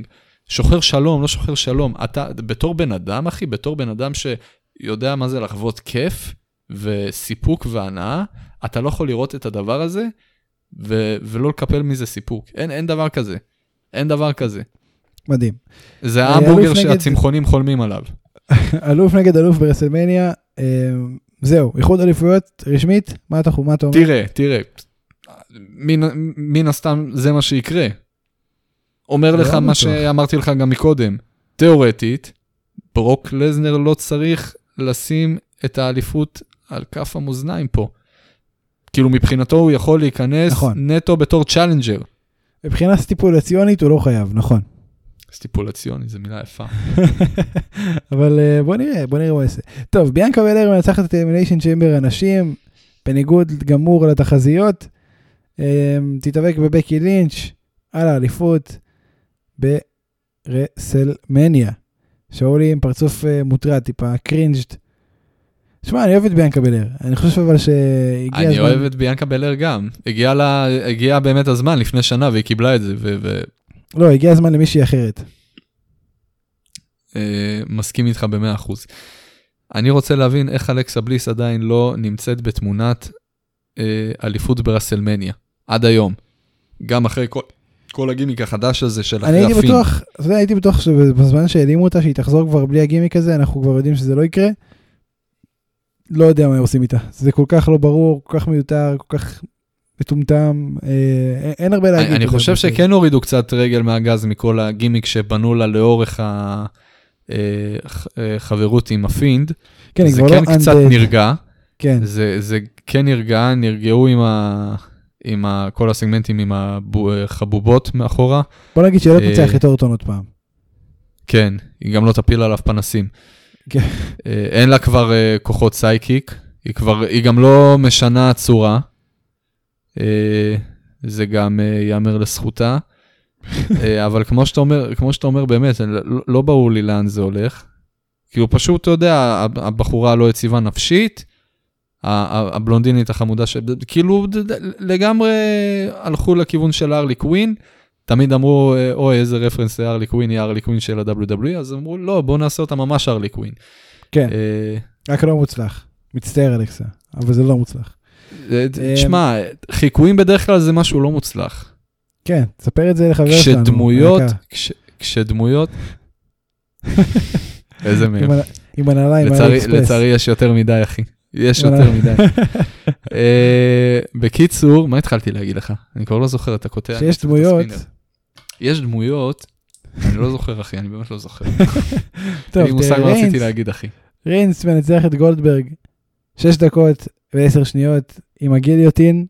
שוחר שלום, לא שוחר שלום. אתה, בתור בן אדם, אחי, בתור בן אדם שיודע מה זה לחוות כיף, וסיפוק והנאה, אתה לא יכול לראות את הדבר הזה, ו- ולא לקפל מזה סיפוק. אין, אין דבר כזה. אין דבר כזה. מדהים. זה ההמבורגר שהצמחונים חולמים עליו. אלוף נגד אלוף ברסלמניה, זהו, איחוד אליפויות רשמית, מה אתה אומר? תראה, תראה, מן, מן הסתם זה מה שיקרה. אומר לך מה שאמרתי לך גם מקודם, תיאורטית, ברוק לזנר לא צריך לשים את האליפות על כף המאזניים פה. כאילו מבחינתו הוא יכול להיכנס נכון. נטו בתור צ'אלנג'ר. מבחינה סטיפולציונית הוא לא חייב, נכון. סטיפולציוני, זו מילה יפה. אבל בוא נראה, בוא נראה מה יעשה. טוב, ביאנקה בלר מנצחת את אלימיניישן צ'יימבר הנשים, בניגוד גמור לתחזיות, תתאבק בבקי לינץ' על האליפות ברסלמניה. שאולי עם פרצוף מוטרד, טיפה קרינג'ד. שמע, אני אוהב את ביאנקה בלר. אני חושב אבל שהגיע הזמן... אני אוהב את ביאנקה בלר גם. הגיע לה, הגיע באמת הזמן לפני שנה, והיא קיבלה את זה, ו... ו... לא, הגיע הזמן למישהי אחרת. מסכים איתך ב-מאה אחוז. אני רוצה להבין איך אלכסה בליס עדיין לא נמצאת בתמונת אליפות ברסלמניה. עד היום. גם אחרי כל, כל הגימיק החדש הזה של אחרי אני הפין. הייתי בטוח, אתה יודע, הייתי בטוח שבזמן שהעלימו אותה, שהיא תחזור כבר בלי הגימיק הזה, אנחנו כבר יודעים שזה לא יקרה. לא יודע מה עושים איתה. זה כל כך לא ברור, כל כך מיותר, כל כך מטומטם. אה, אין הרבה להגיד. אני, אני חושב שכן הורידו קצת רגל מהגז מכל הגימיק שבנו לה לאורך החברות עם הפינד. כן, זה כן לא קצת undead. נרגע. כן. זה, זה כן נרגע, נרגעו עם, ה, עם ה, כל הסגמנטים עם החבובות מאחורה. בוא נגיד שלא תנצח את אורטון עוד פעם. כן, היא גם לא תפיל עליו פנסים. כן. אין לה כבר כוחות סייקיק, היא, כבר, היא גם לא משנה צורה. זה גם יאמר לזכותה. אבל כמו שאתה אומר, כמו שאתה אומר באמת, לא, לא ברור לי לאן זה הולך. כאילו פשוט, אתה יודע, הבחורה לא יציבה נפשית, הבלונדינית החמודה, כאילו לגמרי הלכו לכיוון של ארלי קווין, תמיד אמרו, אוי, איזה רפרנס לארלי קווין, היא ארלי קווין של ה-דאבליו דאבליו אי, אז אמרו, לא, בואו נעשה אותה ממש ארלי קווין. כן, רק לא מוצלח. מצטער אלכסה, אבל זה לא מוצלח. תשמע, חיקויים בדרך כלל זה משהו לא מוצלח. כן, תספר את זה לחבר שלנו. כשדמויות, כשדמויות, איזה מהם. עם הנעליים, לצערי יש יותר מדי, אחי. יש יותר מדי. בקיצור, מה התחלתי להגיד לך? אני כבר לא זוכר את הכותב. שיש דמויות. יש דמויות, אני לא זוכר, אחי, אני באמת לא זוכר. טוב, אני מושג מה רציתי להגיד, אחי. ריינס מנצח את גולדברג, שש דקות ועשר שניות עם הגיליוטין.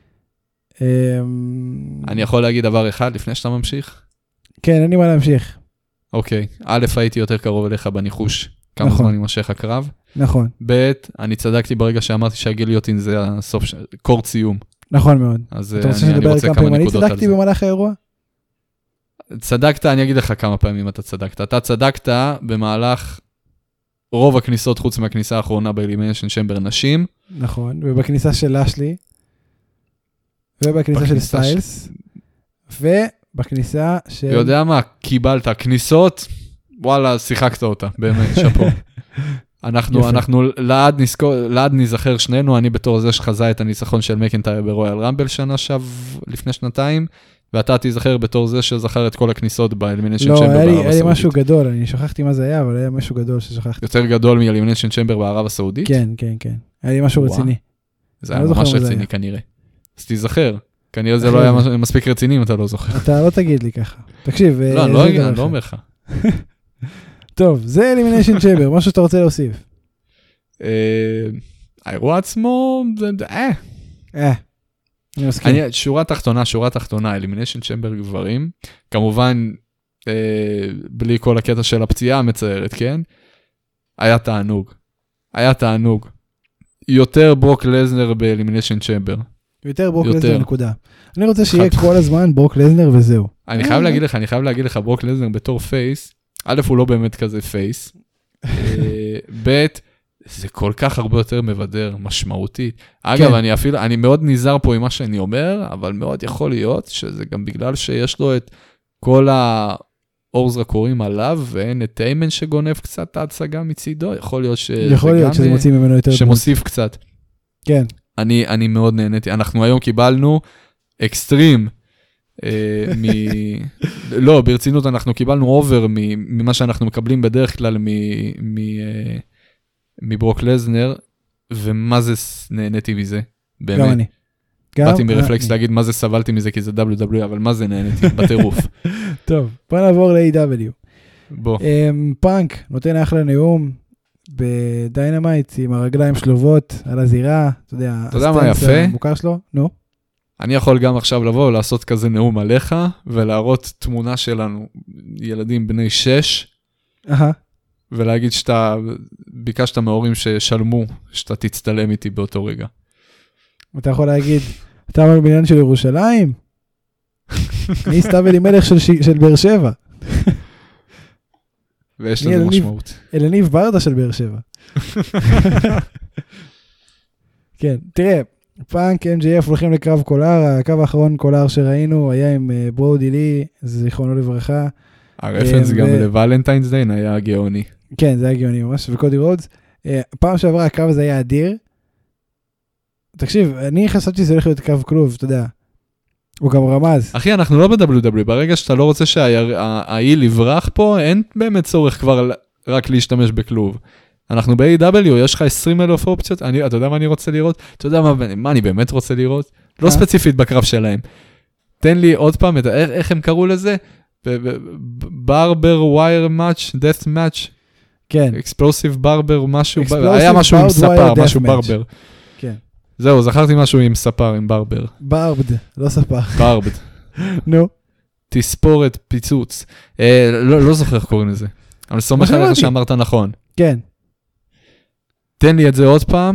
אני יכול להגיד דבר אחד לפני שאתה ממשיך? כן, אין לי מה להמשיך. אוקיי, א', הייתי יותר קרוב אליך בניחוש, כמה זמן יימשך הקרב. נכון. ב', אני צדקתי ברגע שאמרתי שהגיליוטין זה הסוף, קורט סיום. נכון מאוד. אז אני רוצה כמה נקודות על זה. אני צדקתי במהלך האירוע? צדקת, אני אגיד לך כמה פעמים אתה צדקת. אתה צדקת במהלך רוב הכניסות חוץ מהכניסה האחרונה באלימיניישן צ'יימבר נשים. נכון, ובכניסה של אשלי, ובכניסה של סטיילס, ובכניסה של... יודע מה, קיבלת כניסות, וואלה, שיחקת אותה, באמת, שפו. אנחנו, אנחנו לעד נזכור, לעד נזכר שנינו, אני בתור זה שחזה את הניצחון של מקינטייר ברויאל רמבל שנה שב, לפני שנתיים, ואתה תיזכר בתור זה שזכר את כל הכניסות באלימיניישן צ'יימבר בערב הסעודית. לא, היה לי משהו גדול, אני שכחתי מה זה היה, אבל היה משהו גדול ששכחתי. יותר גדול מאלימיניישן צ'יימבר בערב הסעודית? כן, כן, כן. היה לי משהו רציני. זה היה ממש רציני כנראה. אז תיזכר. כנראה זה לא היה מספיק רציני אם אתה לא זוכר. אתה לא תגיד לי ככה. תקשיב. לא, אני לא אומר לך. טוב, זה אלימיניישן צ'יימבר, משהו שאתה רוצה להוסיף. האירוע עצמו, אה. אה. אני מסכים. שורה תחתונה, שורה תחתונה, אלימיניישן צ'יימבר גברים, כמובן, בלי כל הקטע של הפציעה המצערת, כן? היה תענוג. היה תענוג. יותר ברוק לזנר באלימיניישן צ'יימבר. יותר ברוק לזנר נקודה. אני רוצה שיהיה כל הזמן ברוק לזנר וזהו. אני חייב להגיד לך, אני חייב להגיד לך, ברוק לזנר בתור פייס, א' הוא לא באמת כזה פייס, ב' זה כל כך הרבה יותר מבדר, משמעותי. אגב, אני אפילו, אני מאוד נזהר פה עם מה שאני אומר, אבל מאוד יכול להיות שזה גם בגלל שיש לו את כל אור זרקורים עליו, ואין את טיימן שגונב קצת את ההצגה מצידו, יכול להיות שזה יכול להיות שזה מוציא ממנו יותר שמוסיף דמות. קצת. כן. אני, אני מאוד נהניתי, אנחנו היום קיבלנו אקסטרים, אה, מ... לא, ברצינות אנחנו קיבלנו אובר ממה שאנחנו מקבלים בדרך כלל מ... מ... אה, מברוק לזנר, ומה זה נהניתי מזה, באמת. גם אני. באתי מרפלקס להגיד מה זה סבלתי מזה, כי זה דאבליו דאבליו אי, אבל מה זה נהניתי, בטירוף. טוב, בוא נעבור ל-איי דאבליו. בוא. פאנק נותן אחלה נאום בדיינמייט עם הרגליים שלובות על הזירה, אתה יודע, אתה יודע מה יפה? המוכר שלו, נו. אני יכול גם עכשיו לבוא ולעשות כזה נאום עליך, ולהראות תמונה שלנו, ילדים בני שש, ולהגיד שאתה ביקשת מההורים ששלמו, שאתה תצטלם איתי באותו רגע. אתה יכול להגיד, אתה אמר בעניין של ירושלים? אני סתם אלימלך של, של באר שבע. ויש לזה משמעות. אלניב ברדה של באר שבע. כן, תראה, פאנק, אם ג'י אף הולכים לקרב קולר, הקו האחרון קולר שראינו היה עם ברודי לי, זיכרונו לברכה. הרפרנס גם לוולנטיינס דיין היה גאוני. כן, זה היה גאוני ממש, וקודי רודס. פעם שעברה הקו הזה היה אדיר. תקשיב, אני חשבתי שזה הולך להיות קו כלוב, אתה יודע. הוא גם רמז. אחי, אנחנו לא ב-דאבליו דאבליו אי, ברגע שאתה לא רוצה שהאיל יברח פה, אין באמת צורך כבר רק להשתמש בכלוב. אנחנו ב-איי דאבליו, יש לך עשרים אלף אופציות, אני, אתה יודע מה אני רוצה לראות? אתה יודע מה, מה אני באמת רוצה לראות? לא ספציפית בקרב שלהם. תן לי עוד פעם, את, איך, איך הם קראו לזה? ברבר ווייר מאץ', death match. כן. אקספלוסיב ברבר, משהו, היה משהו עם ספר, משהו ברבר. כן. זהו, זכרתי משהו עם ספר, עם ברבר. ברבד, לא ספר. ברבד. נו. תספורת פיצוץ. לא זוכר איך קוראים לזה. אבל סומך עליך שאמרת נכון. כן. תן לי את זה עוד פעם,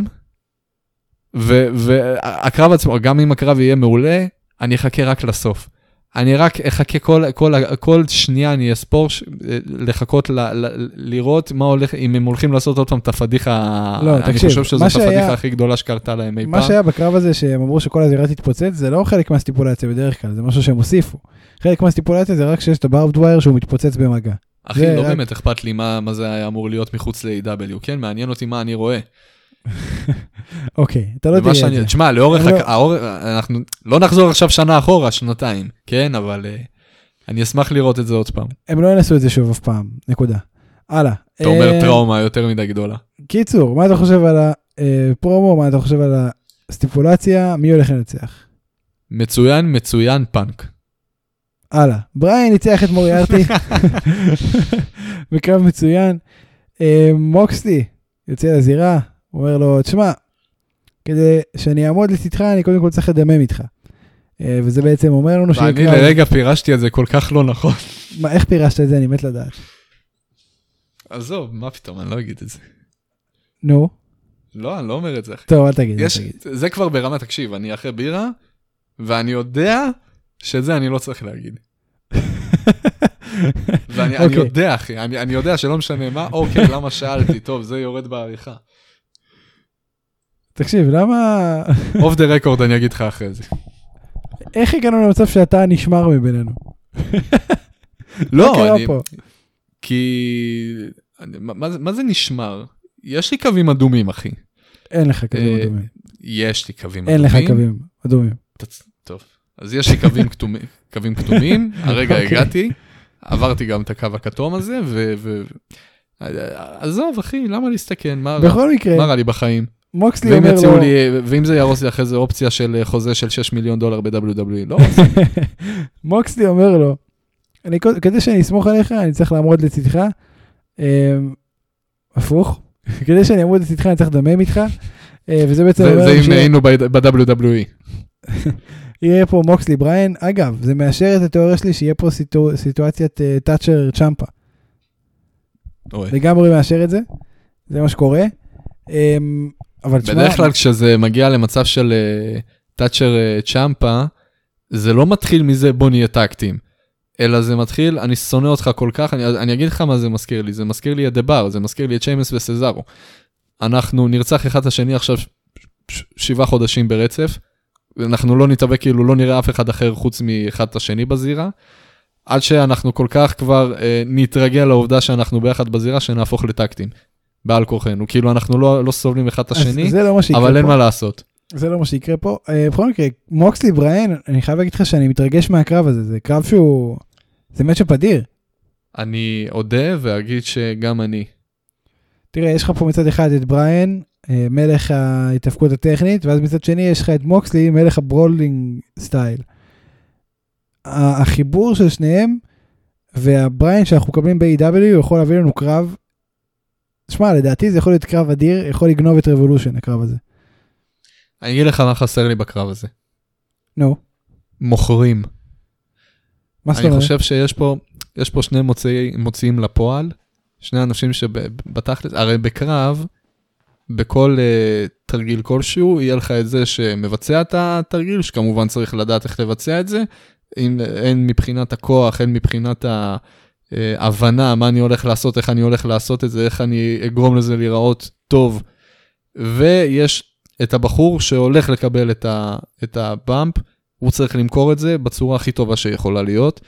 והקרב עצמו, גם אם הקרב יהיה מעולה, אני אחכה רק לסוף. אני רק אחכה כל, כל, כל שנייה, אני אספור לחכות ל, ל, לראות מה הולך, אם הם הולכים לעשות עוד פעם את הפדיחה, לא, אני תקשיב, חושב שזאת שהיה, הפדיחה הכי גדולה שקרתה להם אי פעם. מה שהיה בקרב הזה שהם אמרו שכל הזירה תתפוצץ, זה לא חלק מהסטיפולציה בדרך כלל, זה משהו שהם הוסיפו. חלק מהסטיפולציה זה רק שיש את הברבד ווייר שהוא מתפוצץ במגע. אחי, לא רק... באמת אכפת לי מה, מה זה היה אמור להיות מחוץ ל-איי דאבליו, כן? מעניין אותי מה אני רואה. אוקיי, אתה לא תראה את זה. תשמע, לאורך, אנחנו לא נחזור עכשיו שנה אחורה, שנתיים, כן? אבל אני אשמח לראות את זה עוד פעם. הם לא ינסו את זה שוב אף פעם, נקודה. הלאה. אתה אומר טראומה יותר מדי גדולה. קיצור, מה אתה חושב על הפרומו, מה אתה חושב על הסטיפולציה, מי הולך לנצח? מצוין, מצוין פאנק. הלאה, בריין ניצח את מוריארטי, בקרב מצוין. מוקסלי יוצא לזירה, הוא אומר לו, תשמע, כדי שאני אעמוד לצדך, אני קודם כל צריך לדמם איתך. וזה בעצם אומר לנו ואני לרגע פירשתי את זה כל כך לא נכון. מה, איך פירשת את זה? אני מת לדעת. עזוב, מה פתאום, אני לא אגיד את זה. נו. לא, אני לא אומר את זה. טוב, אל תגיד. זה כבר ברמה, תקשיב, אני אחרי בירה, ואני יודע שזה אני לא צריך להגיד. ואני אני יודע, אחי, אני, אני יודע שלא משנה מה, אוקיי, למה שאלתי, טוב, זה יורד בעריכה. תקשיב, למה... אוף דה רקורד אני אגיד לך אחרי זה. איך הגענו למצב שאתה נשמר מבינינו? לא, אני... כי... מה, מה זה נשמר? יש לי קווים אדומים, אחי. אין לך קווים אדומים. יש לי קווים אין אדומים. לך קווים אדומים. טוב, אז יש לי קווים כתומים, קווים כתומים, הרגע הגעתי, עברתי גם את הקו הכתום הזה, ו... עזוב, אחי, למה להסתכן? בכל מקרה... מה רע לי בחיים? מוקסלי אומר לו... ואם זה ירוס לי אחרי זה אופציה של חוזה של שישה מיליון דולר ב-דאבליו דאבליו אי, לא רוצה. מוקסלי אומר לו, כדי שאני אסמוך עליך, אני צריך לעמוד לצדך, הפוך, כדי שאני אעמוד לצדך, אני צריך לדמם איתך, וזה בעצם אומר... זה אם היינו ב-דאבליו דאבליו אי. יהיה פה מוקסלי בריין, אגב, זה מאשר את התיאוריה שלי, שיהיה פה סיטואציית טאצ'ר צ'מפה. לגמרי מאשר את זה, זה מה שקורה. אבל בדרך כלל כשזה מגיע למצב של טאצ'ר צ'מפה, זה לא מתחיל מזה בוא נהיה טקטים, אלא זה מתחיל, אני שונא אותך כל כך, אני, אני אגיד לך מה זה מזכיר לי, זה מזכיר לי את דבר, זה מזכיר לי את שיימס וסזארו. אנחנו נרצח אחד את השני עכשיו ש- שבעה חודשים ברצף, אנחנו לא נתאבק כאילו לא נראה אף אחד אחר חוץ מאחד את השני בזירה, עד שאנחנו כל כך כבר אה, נתרגל לעובדה שאנחנו ביחד בזירה, שנהפוך לטקטים, בעל כוחנו. כאילו אנחנו לא, לא סובלים אחד את השני, לא אבל אין מה לעשות. זה לא מה שיקרה פה. אה, בכל מקרה, מוקסלי בריין, אני חייב להגיד לך שאני מתרגש מהקרב הזה, זה קרב שהוא, זה מצ'אפ אדיר. אני אודה ואגיד שגם אני. תראה, יש לך פה מצד אחד את בריין, אה, מלך ההתאבקות הטכנית, ואז מצד שני יש לך את מוקסלי, מלך הברולינג סטייל. החיבור של שניהם, והבריין שאנחנו מקבלים ב-איי דאבליו, יכול להביא לנו קרב, תשמע, לדעתי זה יכול להיות קרב אדיר, יכול לגנוב את רבולושן, הקרב הזה. אני אגיד לך מה חסר לי בקרב הזה. נו. מוכרים. מה זאת אומרת? אני חושב שיש פה, יש פה שני מוצאי, מוציאים לפועל, שני אנשים שבתכלת, הרי בקרב, בכל uh, תרגיל כלשהו, יהיה לך את זה שמבצע את התרגיל, שכמובן צריך לדעת איך לבצע את זה, אין, אין מבחינת הכוח, אין מבחינת ההבנה, מה אני הולך לעשות, איך אני הולך לעשות את זה, איך אני אגרום לזה להיראות טוב, ויש את הבחור שהולך לקבל את, ה, את הבאמפ, הוא צריך למכור את זה בצורה הכי טובה שיכולה להיות.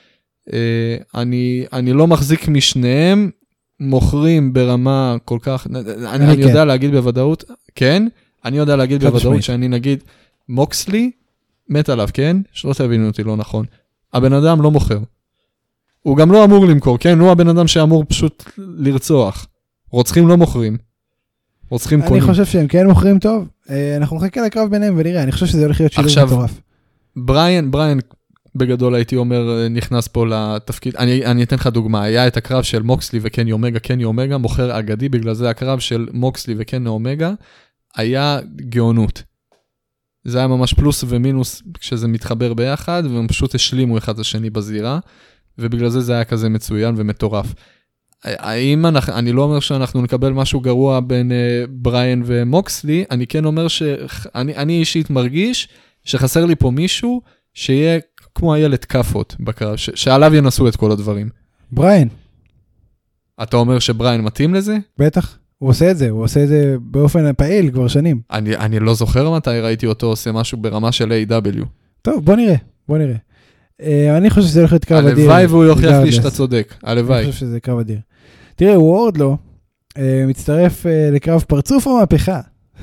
אני, אני לא מחזיק משניהם, מוכרים ברמה כל כך, אני, אני יודע להגיד בוודאות, כן, אני יודע להגיד בוודאות שאני נגיד, מוקסלי, מת עליו, כן? שלא תבינו אותי, לא נכון. הבן אדם לא מוכר. הוא גם לא אמור למכור, כן? הוא הבן אדם שאמור פשוט לרצוח. רוצחים לא מוכרים. רוצחים קונים. אני חושב שהם כן מוכרים טוב. אנחנו נחכה לקרב ביניהם ונראה. אני חושב שזה הולך להיות שילוב מטורף. בריין, בריין, בגדול הייתי אומר, נכנס פה לתפקיד. אני, אני אתן לך דוגמה. היה את הקרב של מוקסלי וקני אומגה. קני אומגה מוכר אגדי, בגלל זה הקרב של מוקסלי וקני אומגה היה גאונות. זה היה ממש פלוס ומינוס כשזה מתחבר ביחד, והם פשוט השלימו אחד השני בזירה, ובגלל זה זה היה כזה מצוין ומטורף. האם אנחנו, אני לא אומר שאנחנו נקבל משהו גרוע בין uh, בריין ומוקסלי, אני כן אומר שאני אני אישית מרגיש שחסר לי פה מישהו שיהיה כמו הילד קפות בקרב, ש, שעליו ינסו את כל הדברים. בריין. אתה אומר שבריין מתאים לזה? בטח. הוא עושה את זה, הוא עושה את זה באופן פעיל כבר שנים. אני, אני לא זוכר מתי ראיתי אותו עושה משהו ברמה של איי דאבליו. טוב, בוא נראה, בוא נראה. Uh, אני חושב שזה הולך להיות קרב אדיר. הלוואי והוא יוכיח לי שאתה צודק, הלוואי. אני חושב שזה קרב אדיר. תראה, וורדלו uh, מצטרף uh, לקרב פרצוף או מהפכה.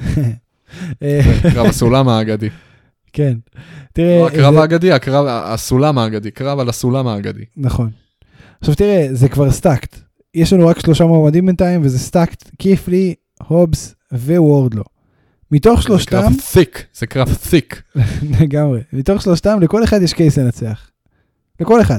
קרב הסולם האגדי. כן. תראה, לא, הקרב האגדי, הקרב, הסולם האגדי, קרב על הסולם האגדי. נכון. עכשיו תראה, זה כבר סטאקט. יש לנו רק שלושה מועמדים בינתיים, וזה סטאקט, קיפלי, הובס ווורדלו. מתוך שלושתם... זה קרב thick, זה קרב thick. לגמרי. מתוך שלושתם, לכל אחד יש קייס לנצח. לכל אחד.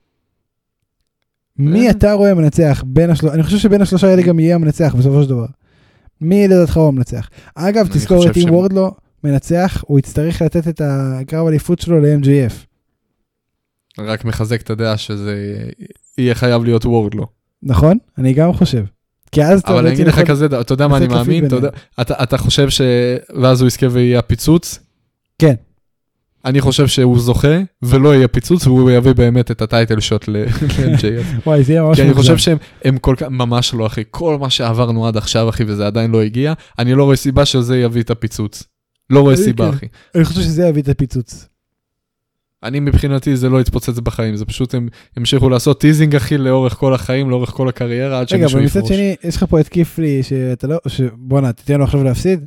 מי אתה רואה מנצח בין השלושה? אני חושב שבין השלושה האלה גם יהיה המנצח בסופו של דבר. מי לדעתך הוא המנצח? אגב, תזכור את אם וורדלו מנצח, הוא יצטרך לתת את הקרב האליפות שלו ל-אם ג'י אף. רק מחזק את הדעה שזה יהיה חייב להיות וורדלו. נכון? אני גם חושב. אבל אני אגיד לך כזה, אתה יודע מה אני מאמין? אתה חושב ש... ואז הוא יזכה ויהיה הפיצוץ? כן. אני חושב שהוא זוכה, ולא יהיה פיצוץ, והוא יביא באמת את הטייטל שוט ל-אם ג'י אף. וואי, זה יהיה ממש כי אני חושב שהם כל כך, ממש לא, אחי. כל מה שעברנו עד עכשיו, אחי, וזה עדיין לא הגיע, אני לא רואה סיבה שזה יביא את הפיצוץ. לא רואה סיבה, אחי. אני חושב שזה יביא את הפיצוץ. אני מבחינתי זה לא יתפוצץ בחיים, זה פשוט הם המשיכו לעשות טיזינג אחי לאורך כל החיים, לאורך כל הקריירה, עד שמישהו יפרוש. רגע, במצד שני, יש לך פה את קיפלי, שאתה לא, בוא'נה, תתן לו עכשיו להפסיד?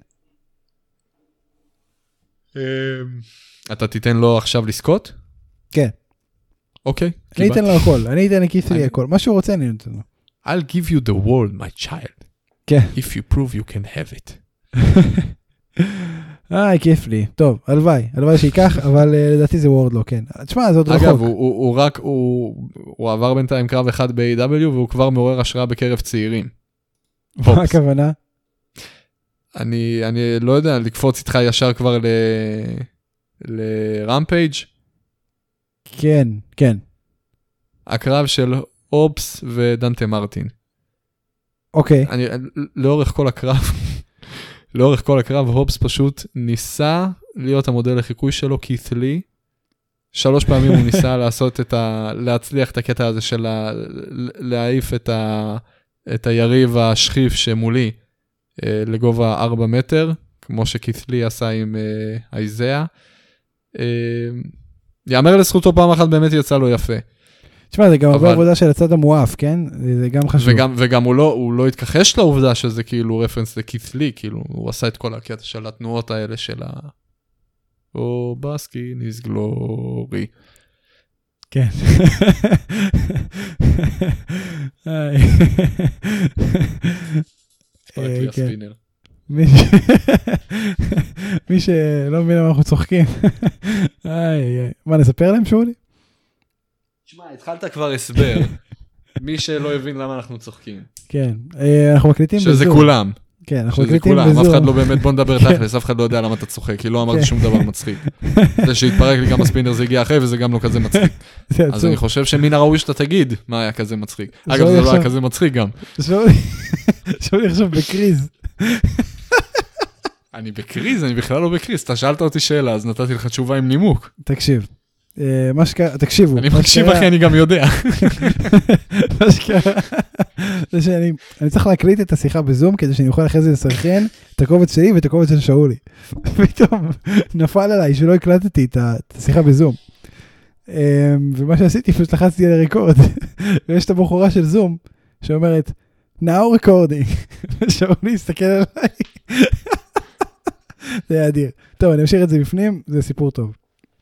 אתה תיתן לו עכשיו לזכות? כן. אוקיי. אני אתן לו הכל, אני אתן לקיפלי הכל, מה שהוא רוצה אני נותן לו. I'll give you the world, my child. כן. If you prove you can have it. אה, כיף לי. טוב, הלוואי, הלוואי שיקח, אבל לדעתי זה וורדלו, כן. תשמע, זה עוד רחוק. אגב, הוא רק, הוא עבר בינתיים קרב אחד ב-איי דאבליו, והוא כבר מעורר השראה בקרב צעירים. מה הכוונה? אני, אני לא יודע, לקפוץ איתך ישר כבר לרמפייג'? כן, כן. הקרב של אופס ודנטה מרטין. אוקיי. אני, לאורך כל הקרב... לאורך כל הקרב, הובס פשוט ניסה להיות המודל לחיקוי שלו, כית לי. שלוש פעמים הוא ניסה לעשות את ה... להצליח את הקטע הזה של להעיף את, ה... את היריב השכיף שמולי אה, לגובה ארבע מטר, כמו שכית לי עשה עם אה, איזאה. אה, יאמר לזכותו פעם אחת באמת יצא לו יפה. תשמע, זה גם הרבה עבודה של הצד המואף, כן? זה גם חשוב. וגם, וגם הוא לא, הוא לא התכחש לעובדה שזה כאילו רפרנס לכית לי, כאילו, הוא עשה את כל הקטע של התנועות האלה של ה... או בסקי נסגלורי. כן. מי שלא מבין למה אנחנו צוחקים. מה, נספר להם שאולי? תשמע, התחלת כבר הסבר. מי שלא הבין למה אנחנו צוחקים. כן, אנחנו מקליטים בזום. שזה כולם. כן, אנחנו מקליטים בזום. אף אחד לא באמת, בוא נדבר תכלס, אף אחד לא יודע למה אתה צוחק, כי לא אמרתי שום דבר מצחיק. זה שהתפרק לי גם הספינר זה הגיע אחרי, וזה גם לא כזה מצחיק. אז אני חושב שמן הראוי שאתה תגיד מה היה כזה מצחיק. אגב, זה לא היה כזה מצחיק גם. שאולי עכשיו בקריז. אני בקריז, אני בכלל לא בקריז. אתה שאלת אותי שאלה, אז נתתי לך תשובה עם נימוק. תקשיב. מה שקרה, תקשיבו. אני מקשיב אחי, אני גם יודע. מה שקרה, זה שאני צריך להקליט את השיחה בזום, כדי שאני אוכל אחרי זה לסרחן את הקובץ שלי ואת הקובץ של שאולי. פתאום נפל עליי שלא הקלטתי את השיחה בזום. ומה שעשיתי, פשוט לחצתי על הריקורד, ויש את הבחורה של זום, שאומרת, now recording, ושאולי הסתכל עליי. זה היה אדיר. טוב, אני אמשיך את זה בפנים, זה סיפור טוב.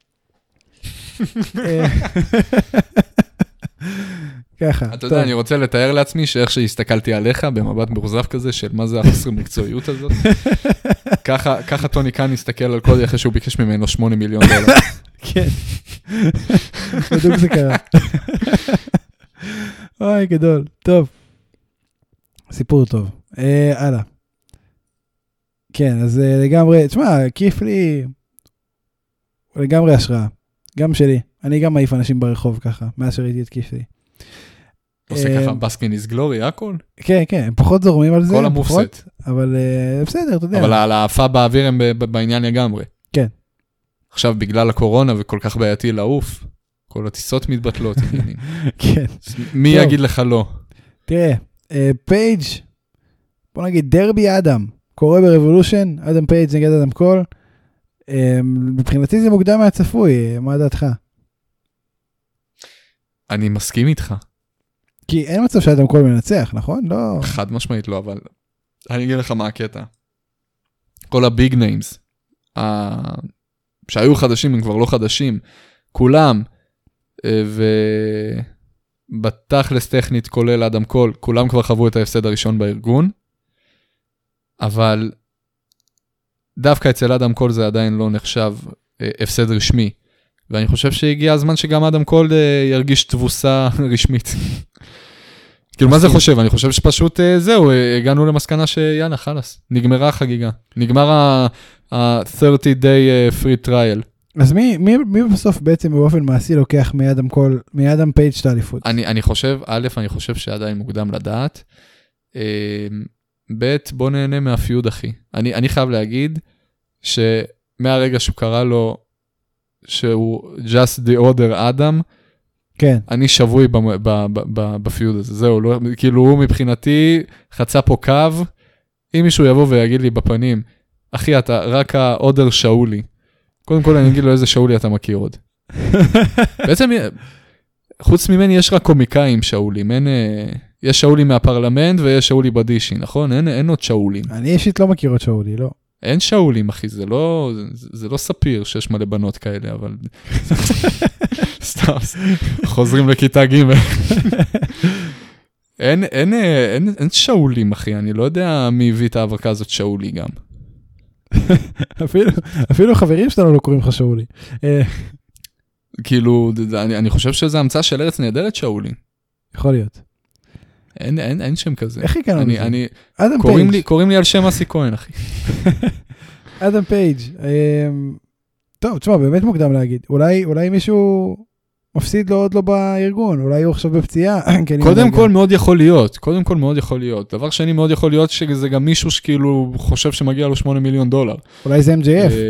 ככה. אתה יודע, אני רוצה לתאר לעצמי שאיך שהסתכלתי עליך במבט מרוזף כזה של מה זה החסר מקצועיות הזאת. ככה טוני קאן הסתכל על קודי אחרי שהוא ביקש ממנו שמונה מיליון דולר. כן. בדיוק זה קרה. אוי, גדול. טוב. סיפור טוב. הלאה. כן, אז לגמרי, תשמע, כיף לי לגמרי השראה. גם שלי. אני גם מעיף אנשים ברחוב ככה, מאז שראיתי את כיף לי. עושה ככה בסקי נסגלורי, הכל? כן, כן, הם פחות זורמים על זה. כל המופסט. אבל בסדר, אתה יודע. אבל על העפה באוויר הם בעניין לגמרי. כן. עכשיו, בגלל הקורונה וכל כך בעייתי לעוף, כל הטיסות מתבטלות. כן. מי יגיד לך לא? תראה, פייג', בוא נגיד, דרבי אדם, קורה ברבולושן, אדם פייג' נגד אדם קול, מבחינתי זה מוקדם מהצפוי, מה דעתך? אני מסכים איתך. כי אין מצב שאדם קול מנצח, נכון? לא. חד משמעית לא, אבל אני אגיד לך מה הקטע. כל הביג ניימס, שהיו חדשים, הם כבר לא חדשים, כולם, ובתכלס טכנית כולל אדם קול, כולם כבר חוו את ההפסד הראשון בארגון, אבל דווקא אצל אדם קול זה עדיין לא נחשב הפסד רשמי, ואני חושב שהגיע הזמן שגם אדם קול ירגיש תבוסה רשמית. כאילו מה זה חושב? אני חושב שפשוט זהו, הגענו למסקנה שיאללה, חלס, נגמרה החגיגה, נגמר ה-שלושים day free trial. אז מי, מי, מי בסוף בעצם באופן מעשי לוקח מאדם קול, מאדם פייג' את האליפות? אני, אני חושב, א', אני חושב שעדיין מוקדם לדעת, ב', בוא נהנה מהפיוד אחי. אני, אני חייב להגיד שמהרגע שהוא קרא לו שהוא just the other אדם, כן. אני שבוי בפיוד הזה. זהו, לא, כאילו הוא מבחינתי חצה פה קו, אם מישהו יבוא ויגיד לי בפנים, אחי, אתה רק העודר שאולי. קודם כל אני אגיד לו איזה שאולי אתה מכיר עוד. בעצם, חוץ ממני יש רק קומיקאים שאולים, אין... יש שאולי מהפרלמנט ויש שאולי בדישי, נכון? אין, אין עוד שאולים. אני אישית לא מכיר עוד שאולי, לא. אין שאולים, אחי, זה לא, זה, זה לא ספיר שיש מלא בנות כאלה, אבל... סתם, חוזרים לכיתה ג' אין, אין, אין, אין שאולים, אחי, אני לא יודע מי הביא את ההברקה הזאת שאולי גם. אפילו, אפילו חברים שלנו לא קוראים לך שאולי. כאילו, אני, אני חושב שזה המצאה של ארץ נהדרת שאולי. יכול להיות. אין, אין, אין שם כזה. איך הגענו לזה? אני, קוראים לי, קוראים לי על שם אסי כהן, אחי. אדם פייג'. טוב, תשמע, באמת מוקדם להגיד. אולי, אולי מישהו מפסיד לו עוד לא בארגון, אולי הוא עכשיו בפציעה. קודם כל מאוד יכול להיות, קודם כל מאוד יכול להיות. דבר שני מאוד יכול להיות שזה גם מישהו שכאילו חושב שמגיע לו שמונה מיליון דולר. אולי זה אם ג'יי אף.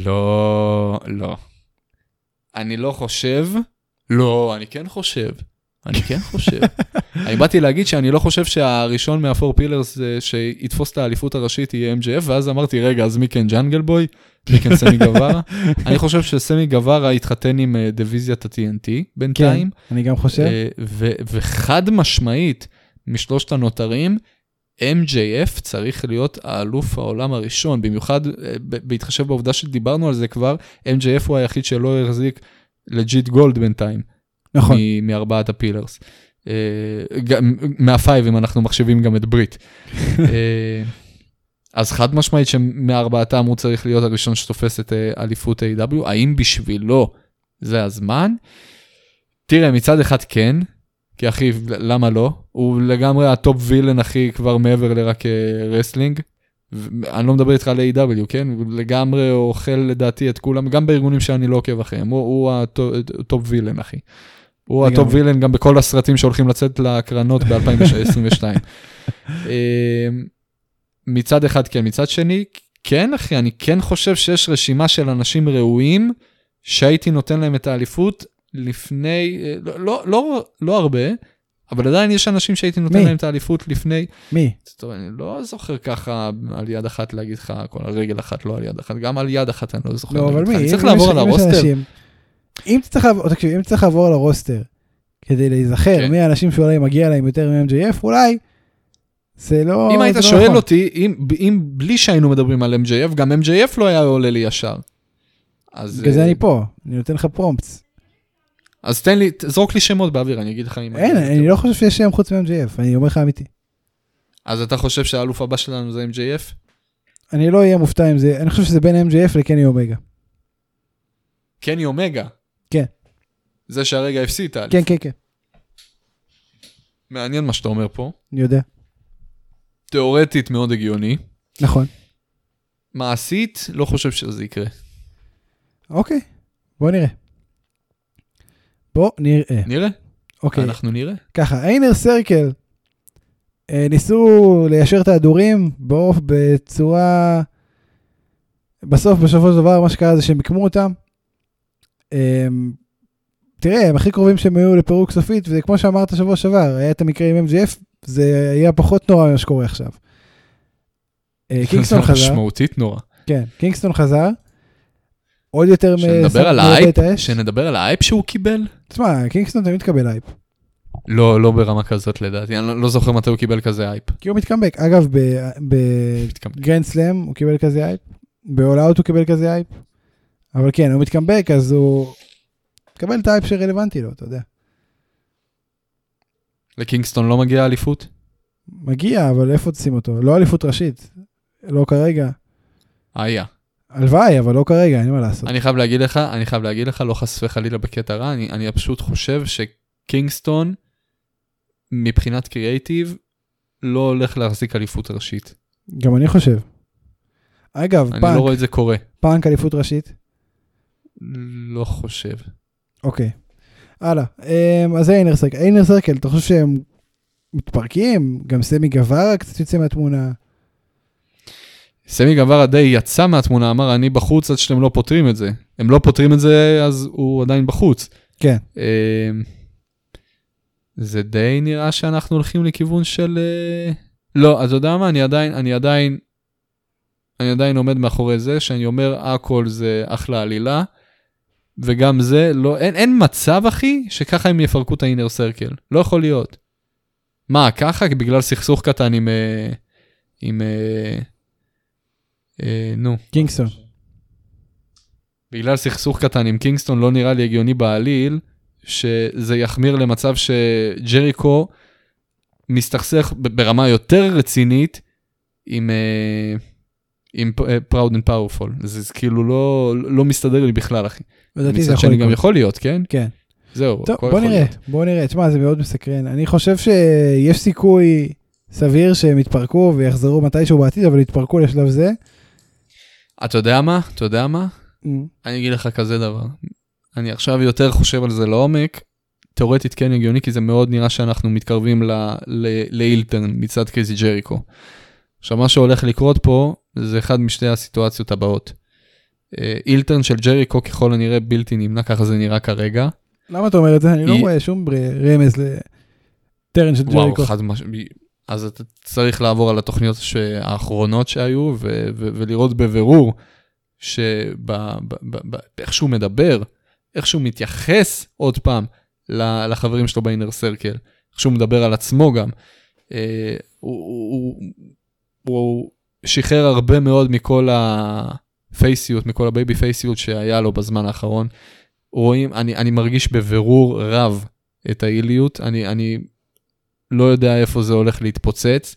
לא, לא. אני לא חושב, לא, אני כן חושב. אני כן חושב. אני באתי להגיד שאני לא חושב שהראשון מהפור פילרס שיתפוס את האליפות הראשית יהיה אם ג'יי אף, ואז אמרתי, רגע, אז מי כן ג'אנגל בוי? מי כן סמי גווארה? אני חושב שסמי גווארה יתחתן עם דיוויזיית ה-טי אן טי בינתיים. כן, אני גם חושב. וחד משמעית, משלושת הנותרים, אם ג'יי אף צריך להיות האלוף העולם הראשון, במיוחד בהתחשב בעובדה שדיברנו על זה כבר, אם ג'יי אף הוא היחיד שלא יחזיק לג'יט גולד בינתיים. נכון. מארבעת הפילרס. מהפייב, אם אנחנו מחשבים גם את ברית. אז חד משמעית שמארבעתם הוא צריך להיות הראשון שתופס את אליפות איי דאבליו. האם בשבילו זה הזמן? תראה, מצד אחד כן, כי אחי, למה לא? הוא לגמרי הטופ וילן, אחי, כבר מעבר לרק רסלינג. אני לא מדבר איתך על איי דאבליו, כן? הוא לגמרי אוכל לדעתי את כולם, גם בארגונים שאני לא עוקב אחריהם. הוא, הוא הטופ וילן, אחי. הוא הטופ וילן גם בכל הסרטים שהולכים לצאת להקרנות ב-אלפיים עשרים ושתיים. מצד אחד כן, מצד שני, כן אחי, אני כן חושב שיש רשימה של אנשים ראויים, שהייתי נותן להם את האליפות לפני, לא, לא, לא הרבה, אבל עדיין יש אנשים שהייתי נותן מי? להם את האליפות לפני. מי? טוב, אני לא זוכר ככה על יד אחת להגיד לך, כל הרגל אחת לא על יד אחת, גם על יד אחת אני לא זוכר. לא, אבל מי? אני צריך לעבור על הרוסטר. אם צריך לעבור, תקשיב, אם צריך לעבור על הרוסטר, כדי להיזכר כן. מי האנשים שאולי מגיע להם יותר מ-אם ג'יי אף, אולי זה לא... אם היית לא שואל נכון. אותי, אם, אם בלי שהיינו מדברים על אם ג'יי אף, גם אם ג'יי אף לא היה עולה לי ישר. אז... בגלל זה אני פה, אני נותן לך פרומפטס. אז תן לי, זרוק לי שמות באוויר, אני אגיד לך אם... אין, אני לא חושב שיש שם חוץ מ-אם ג'יי אף, אני אומר לך אמיתי. אז אתה חושב שהאלוף הבא שלנו זה אם ג'יי אף? אני לא אהיה מופתע עם זה, אני חושב שזה בין אם ג'יי אף לקני אומגה. קני אומגה? כן. זה שהרגע הפסיד האלוף. כן, כן, כן. מעניין מה שאתה אומר פה. אני יודע. תיאורטית מאוד הגיוני. נכון. מעשית, לא חושב שזה יקרה. אוקיי, בוא נראה. בוא נראה. נראה? אוקיי. אנחנו נראה. ככה, איינר סרקל, ניסו ליישר את ההדורים, באוף בצורה, בסוף, בסופו של דבר, מה שקרה זה שהם יקמו אותם. תראה, הם הכי קרובים שהם היו לפירוק סופית, וכמו שאמרת שבוע שעבר, היה את המקרה עם אם ג'יי אף, זה היה פחות נורא מה שקורה עכשיו. קינגסטון חזר. משמעותית נורא. כן, קינגסטון חזר. עוד יותר... שנדבר על האייפ, שנדבר על האייפ שהוא קיבל. תשמע, קינגסטון תמיד קבל אייפ. לא, לא ברמה כזאת לדעתי, אני לא זוכר מתי הוא קיבל כזה אייפ. כי הוא מתקמבק. אגב, בגרנד סלאם הוא קיבל כזה אייפ, באול אאוט הוא קיבל כזה אייפ, אבל כן, הוא מתקמבק, אז הוא קבל את האייפ שרלוונטי לו, אתה יודע. לקינגסטון לא מגיע אליפות? מגיע, אבל איפה תשים אותו? לא אליפות ראשית, לא כרגע. היה. הלוואי, אבל לא כרגע, אין מה לעשות. אני חייב להגיד לך, אני חייב להגיד לך, לא חס וחלילה בקטע רע, אני, אני פשוט חושב שקינגסטון, מבחינת קריאייטיב, לא הולך להחזיק אליפות ראשית. גם אני חושב. אגב, אני פאנק. לא רואה את זה קורה. פאנק אליפות ראשית? לא חושב. אוקיי. הלאה. אז זה איינר סרקל. איינר סרקל, אתה חושב שהם מתפרקים? גם סמי גווארה קצת יוצא מהתמונה? סמי גווארה די יצא מהתמונה, אמר, אני בחוץ עד שאתם לא פותרים את זה. הם לא פותרים את זה, אז הוא עדיין בחוץ. כן. זה די נראה שאנחנו הולכים לכיוון של... לא, אז אתה יודע מה? אני עדיין, אני עדיין, אני עדיין עומד מאחורי זה, שאני אומר, הכל זה אחלה עלילה, וגם זה, לא, אין, אין מצב, אחי, שככה הם יפרקו את האינר סרקל. לא יכול להיות. מה, ככה? בגלל סכסוך קטן עם... עם... נו. קינגסטון. בגלל סכסוך קטן עם קינגסטון לא נראה לי הגיוני בעליל, שזה יחמיר למצב שג'ריקו מסתכסך ברמה יותר רצינית עם, עם Proud and Powerful. זה כאילו לא, לא מסתדר לי בכלל, אחי. מצד שאני גם יכול להיות, כן? כן. זהו. טוב, בוא נראה, בוא נראה. תשמע, זה מאוד מסקרן. אני חושב שיש סיכוי סביר שהם יתפרקו ויחזרו מתישהו בעתיד, אבל יתפרקו לשלב זה. אתה יודע מה? אתה יודע מה? Mm. אני אגיד לך כזה דבר. אני עכשיו יותר חושב על זה לעומק, תיאורטית כן הגיוני, כי זה מאוד נראה שאנחנו מתקרבים לאילטרן מצד קייזי ג'ריקו. עכשיו מה שהולך לקרות פה, זה אחד משתי הסיטואציות הבאות. אילטרן של ג'ריקו ככל הנראה בלתי נמנע, ככה זה נראה כרגע. למה אתה אומר את זה? אני לא רואה שום רמז לטרן של ג'ריקו. וואו, חד משמעי. אז אתה צריך לעבור על התוכניות האחרונות שהיו, ולראות בבירור, שאיך שהוא מדבר, איך שהוא מתייחס עוד פעם, לחברים שלו באינר סרקל, איך שהוא מדבר על עצמו גם, הוא שחרר הרבה מאוד מכל הפייסיות, מכל הבייבי פייסיות שהיה לו בזמן האחרון. רואים, אני, אני מרגיש בבירור רב את האיליות, אני, אני לא יודע איפה זה הולך להתפוצץ,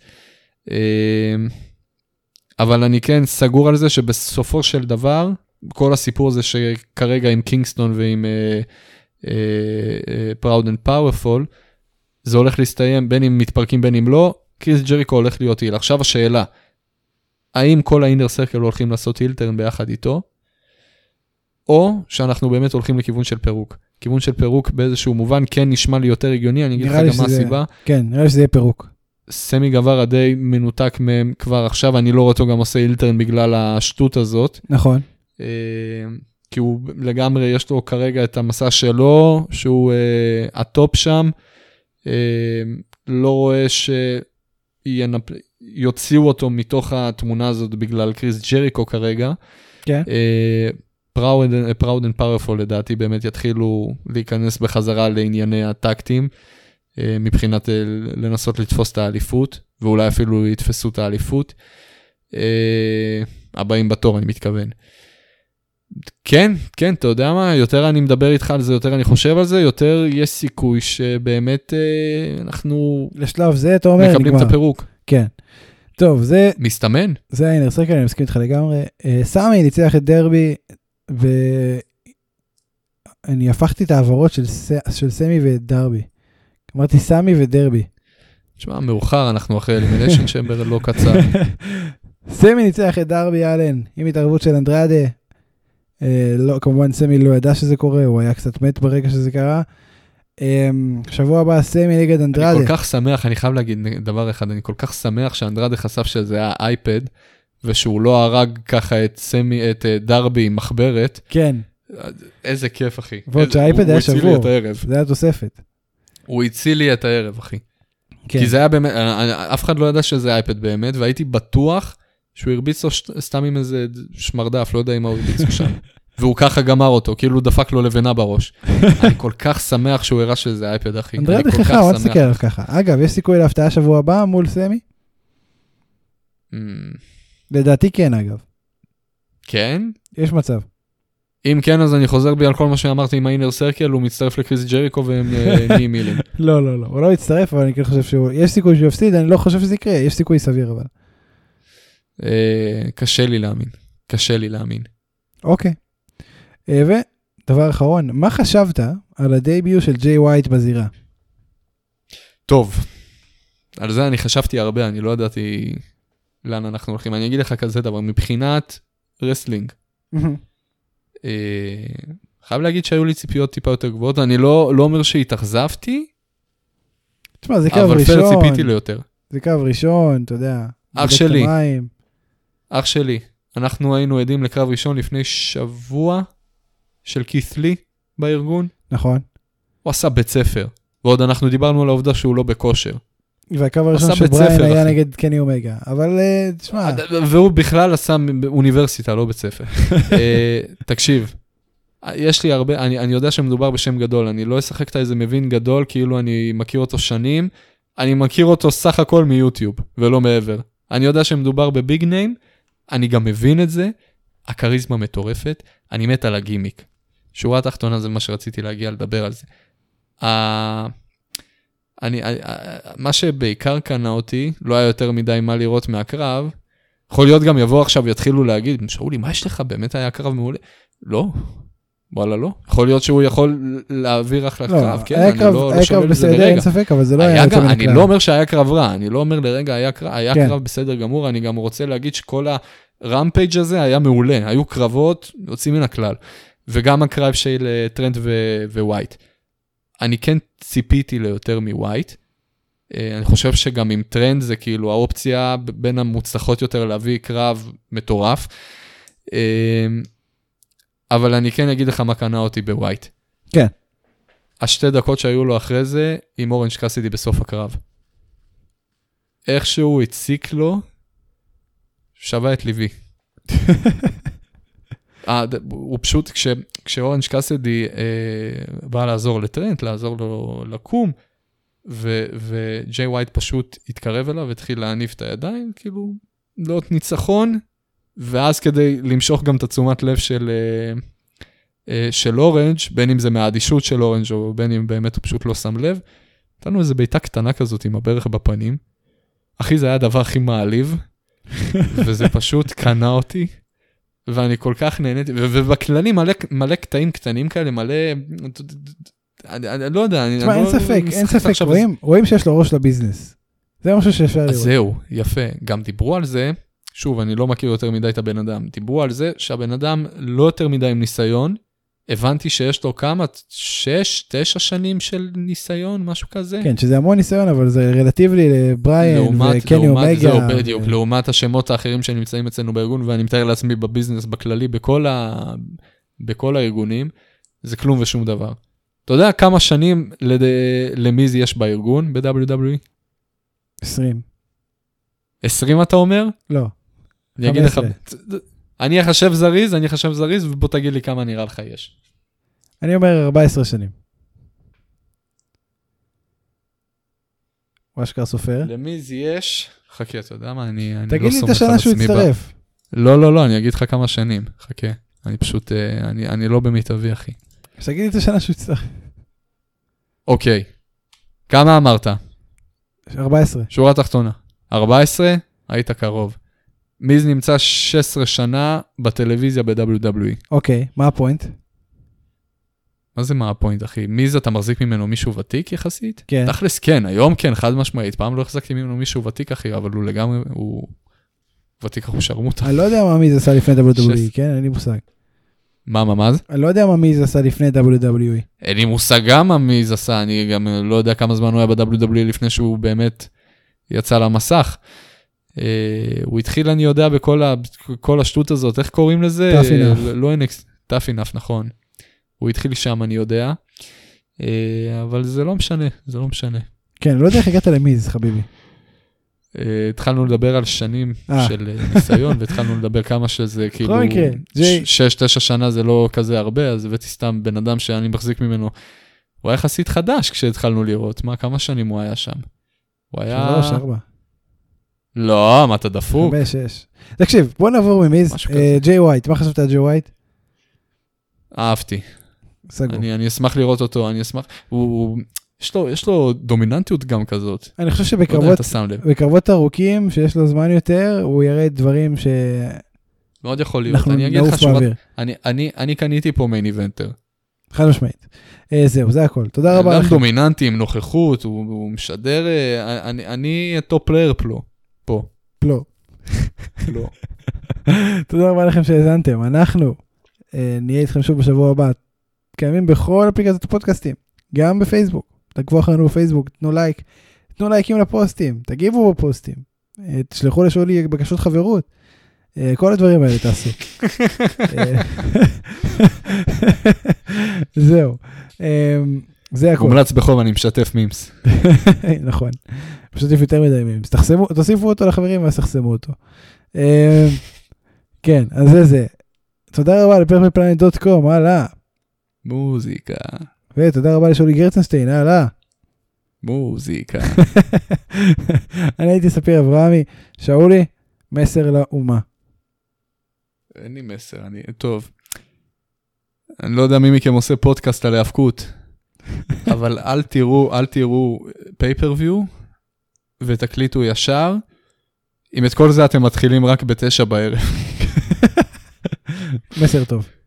אבל אני כן סגור על זה שבסופו של דבר, כל הסיפור הזה שכרגע עם קינגסטון ועם uh, uh, uh, Proud and Powerful, זה הולך להסתיים בין אם מתפרקים בין אם לא, קריס ג'ריקו הולך להיות היל. עכשיו השאלה, האם כל האינר סרקל הולכים לעשות הילטרן ביחד איתו, או שאנחנו באמת הולכים לכיוון של פירוק. כיוון של פירוק באיזשהו מובן כן נשמע לי יותר הגיוני, אני אגיד לך גם מה הסיבה. כן, נראה לי שזה יהיה פירוק. סמי גווארה די מנותק מהם כבר עכשיו, אני לא רואה אותו גם עושה הילטרן בגלל השטות הזאת. נכון. כי הוא לגמרי, יש לו כרגע את המסע שלו, שהוא הטופ שם, לא רואה שיוציאו אותו מתוך התמונה הזאת בגלל קריס ג'ריקו כרגע. כן. Proud and Powerful לדעתי באמת יתחילו להיכנס בחזרה לענייני הטקטים, מבחינת לנסות לתפוס את האליפות, ואולי אפילו יתפסו את האליפות. הבאים בתור אני מתכוון. כן, כן, אתה יודע מה, יותר אני מדבר איתך על זה, יותר אני חושב על זה, יותר יש סיכוי שבאמת אנחנו לשלב זה, אתה אומר, מקבלים נגמר. את הפירוק. כן. טוב, זה... מסתמן. זה האינר סרקל, אני מסכים איתך לגמרי. סמי ניצח את דרבי, ואני הפכתי את העברות של, של סמי ודרבי. אמרתי סמי ודרבי. תשמע, מאוחר, אנחנו אחרי אלימיניישן צ'מבר לא קצר. סמי ניצח את דרבי אלן, עם התערבות של אנדרדה. אה, לא, כמובן סמי לא ידע שזה קורה, הוא היה קצת מת ברגע שזה קרה. אה, שבוע הבא סמי נגד אנדרדה. אני כל כך שמח, אני חייב להגיד דבר אחד, אני כל כך שמח שאנדרדה חשף שזה היה אייפד, ושהוא לא הרג ככה את סמי, את דרבי עם מחברת. כן. איזה כיף, אחי. ועוד שהאייפד היה שבור. הוא הציל לי את הערב. זה היה תוספת. הוא הציל לי את הערב, אחי. כן. כי זה היה באמת, אף אחד לא ידע שזה אייפד באמת, והייתי בטוח שהוא הרביץ לו סתם עם איזה שמרדף, לא יודע אם הוא הרביץ לו שם. והוא ככה גמר אותו, כאילו הוא דפק לו לבנה בראש. אני כל כך שמח שהוא הראה שזה אייפד, אחי. אנדרדה חכה, עוד תסתכל עליו ככה. אגב, יש סיכוי להפתעה שבוע הבא מול סמי? לדעתי כן, אגב. כן? יש מצב. אם כן, אז אני חוזר בי על כל מה שאמרתי עם האינר סרקל, הוא מצטרף לקריס ג'ריקו והם נהיים מילים. לא, לא, לא, הוא לא מצטרף, אבל אני כן חושב שהוא, יש סיכוי שהוא יפסיד, אני לא חושב שזה יקרה, יש סיכוי סביר, אבל. קשה לי להאמין, קשה לי להאמין. אוקיי. ודבר אחרון, מה חשבת על הדייביו של ג'יי ווייט בזירה? טוב, על זה אני חשבתי הרבה, אני לא ידעתי לאן אנחנו הולכים. אני אגיד לך כזה דבר, מבחינת רסלינג, חייב להגיד שהיו לי ציפיות טיפה יותר גבוהות, אני לא אומר שהתאכזבתי, תשמע, זה קו ראשון. אבל פר ציפיתי ליותר. זה קו ראשון, אתה יודע. אח שלי, אח שלי, אנחנו היינו עדים לקרב ראשון לפני שבוע של כית' לי בארגון. נכון. הוא עשה בית ספר, ועוד אנחנו דיברנו על העובדה שהוא לא בכושר. והקו הראשון של בריין היה נגד קני אומגה, אבל תשמע. והוא בכלל עשה אוניברסיטה, לא בית ספר. תקשיב, יש לי הרבה, אני, אני יודע שמדובר בשם גדול, אני לא אשחק את איזה מבין גדול, כאילו אני מכיר אותו שנים, אני מכיר אותו סך הכל מיוטיוב, ולא מעבר. אני יודע שמדובר בביג ניים, אני גם מבין את זה, הקריזמה מטורפת, אני מת על הגימיק. שורה התחתונה זה מה שרציתי להגיע לדבר על זה. אני, מה שבעיקר קנה אותי, לא היה יותר מדי מה לראות מהקרב, יכול להיות גם יבוא עכשיו ויתחילו להגיד, שאולי, מה יש לך? באמת היה קרב מעולה? לא, וואלה לא. יכול להיות שהוא יכול להעביר אחלה קרב, כן? אני לא שולל לזה לרגע. אין ספק, אבל זה לא היה יותר מן הקרב. אני לא אומר שהיה קרב רע, אני לא אומר לרגע היה קרב בסדר גמור, אני גם רוצה להגיד שכל הרמפייג' הזה היה מעולה, היו קרבות, יוצאים מן הכלל, וגם הקרב של טרנד ווייט. אני כן ציפיתי ליותר מווייט, אני חושב שגם עם טרנד זה כאילו האופציה בין המוצלחות יותר להביא קרב מטורף, אבל אני כן אגיד לך מה קנה אותי בווייט. כן. השתי דקות שהיו לו אחרי זה, עם אורנג' קאסידי בסוף הקרב. איכשהו הציק לו, שווה את ליבי. הוא פשוט, כש, כשאורנג' קאסידי אה, בא לעזור לטרנט, לעזור לו לקום, ו, וג'יי ווייט פשוט התקרב אליו, התחיל להניף את הידיים, כאילו, לאות ניצחון, ואז כדי למשוך גם את התשומת לב של, אה, אה, של אורנג', בין אם זה מהאדישות של אורנג', או בין אם באמת הוא פשוט לא שם לב, נתנו איזו ביתה קטנה כזאת עם הברך בפנים, אחי, זה היה הדבר הכי מעליב, וזה פשוט קנה אותי, ואני כל כך נהניתי, ובכללי מלא, מלא קטעים קטנים כאלה, מלא, אני, אני לא יודע. תשמע, אין ספק, אין ספק, רואים, רואים שיש לו ראש לביזנס. זה משהו שאפשר לראות. אז זהו, יפה. גם דיברו על זה, שוב, אני לא מכיר יותר מדי את הבן אדם, דיברו על זה שהבן אדם לא יותר מדי עם ניסיון, הבנתי שיש לו כמה, שש, תשע שנים של ניסיון, משהו כזה. כן, שזה המון ניסיון, אבל זה רלטיבלי לבריין וקני אומגה. זהו, בדיוק, לעומת השמות האחרים שנמצאים אצלנו בארגון, ואני מתאר לעצמי בביזנס בכללי, בכל, ה... בכל הארגונים, זה כלום ושום דבר. אתה יודע כמה שנים לד... למיז יש בארגון, ב-דאבליו דאבליו אי? עשרים. עשרים אתה אומר? לא. אני אגיד לך... אני אחשב זריז, אני אחשב זריז, ובוא תגיד לי כמה נראה לך יש. אני אומר ארבע עשרה שנים. וואשקר סופר. למיז יש... חכה, אתה יודע מה? אני, אני תגיד לא לי את השנה שהוא הצטרף. ב... לא, לא, לא, אני אגיד לך כמה שנים. חכה. אני פשוט... אני, אני לא במיטבי, אחי. אז תגיד לי את השנה שהוא הצטרף. אוקיי. כמה אמרת? ארבע עשרה. שורה תחתונה. ארבע עשרה? היית קרוב. מיז נמצא שש עשרה שנה בטלוויזיה ב-דאבליו דאבליו אי. אוקיי, מה הפוינט? מה זה מה הפוינט, אחי? מיז אתה מחזיק ממנו מישהו ותיק יחסית? כן. תכלס כן, היום כן, חד משמעית. פעם לא החזקתי ממנו מישהו ותיק, אחי, אבל הוא לגמרי, הוא ותיק אחו שרמוט. אני לא יודע מה מיז עשה לפני דאבליו דאבליו אי, כן? אין לי מושג. מה, מה, מה זה? אני לא יודע מה מיז עשה לפני דאבליו דאבליו אי. אין לי מושג גם מה מיז עשה, אני גם לא יודע כמה זמן הוא היה ב-דאבליו דאבליו אי לפני שהוא באמת יצא למסך. Uh, הוא התחיל, אני יודע, בכל ה, כל השטות הזאת, איך קוראים לזה? tough enough. לא אינקס, tough enough, נכון. הוא התחיל שם, אני יודע. Uh, אבל זה לא משנה, זה לא משנה. כן, לא יודע איך הגעת למיז, חביבי. Uh, התחלנו לדבר על שנים 아. של ניסיון, והתחלנו לדבר כמה שזה, כאילו, שש, תשע שנה זה לא כזה הרבה, אז הבאתי סתם בן אדם שאני מחזיק ממנו. הוא היה יחסית חדש כשהתחלנו לראות, מה, כמה שנים הוא היה שם? הוא היה... שלוש, ארבע. לא, מה אתה דפוק? חמש, שש. תקשיב, בוא נעבור ממיז. ג'יי ווייט, מה חשבת על ג'יי ווייט? אהבתי. סגור. אני, אני אשמח לראות אותו, אני אשמח... הוא, יש לו, יש לו דומיננטיות גם כזאת. אני חושב שבקרבות, בקרבות ארוכים, שיש לו זמן יותר, הוא יראה דברים ש... מאוד יכול להיות. אני אגיד לך שורת... אני, אני, אני קניתי פה מיין איבנטר. חד משמעית. אה, זהו, זה הכל. תודה רבה לכם. גם דומיננטי עם נוכחות, הוא, הוא משדר... אני, אני טופ פלייר פלו. פה. פלו. פלו. תודה רבה לכם שהזנתם. אנחנו אה, נהיה איתכם שוב בשבוע הבא. קיימים בכל אפליקציות הפודקאסטים. גם בפייסבוק. תעקבו אחרינו בפייסבוק, תנו לייק. תנו לייקים לפוסטים. תגיבו בפוסטים. אה, תשלחו לשולי בקשות חברות. אה, כל הדברים האלה תעשו. זהו. זה הכל. מומלץ בחום, אני משתף מימס. נכון. משתף יותר מדי מימס. תוסיפו אותו לחברים ואז תחסמו אותו. כן, אז זה זה. תודה רבה לפרפל פלנט דוט קום, הלאה. מוזיקה. ותודה רבה לשולי גרצנשטיין, הלאה. מוזיקה. אני הייתי ספיר אברהמי. שאולי, מסר לאומה. אין לי מסר, אני... טוב. אני לא יודע מי מכם עושה פודקאסט על ההפקות, אבל אל תראו, אל תראו פייפריוויו, ותקליטו ישר, אם את כל זה אתם מתחילים רק בתשע בערב. מסר טוב.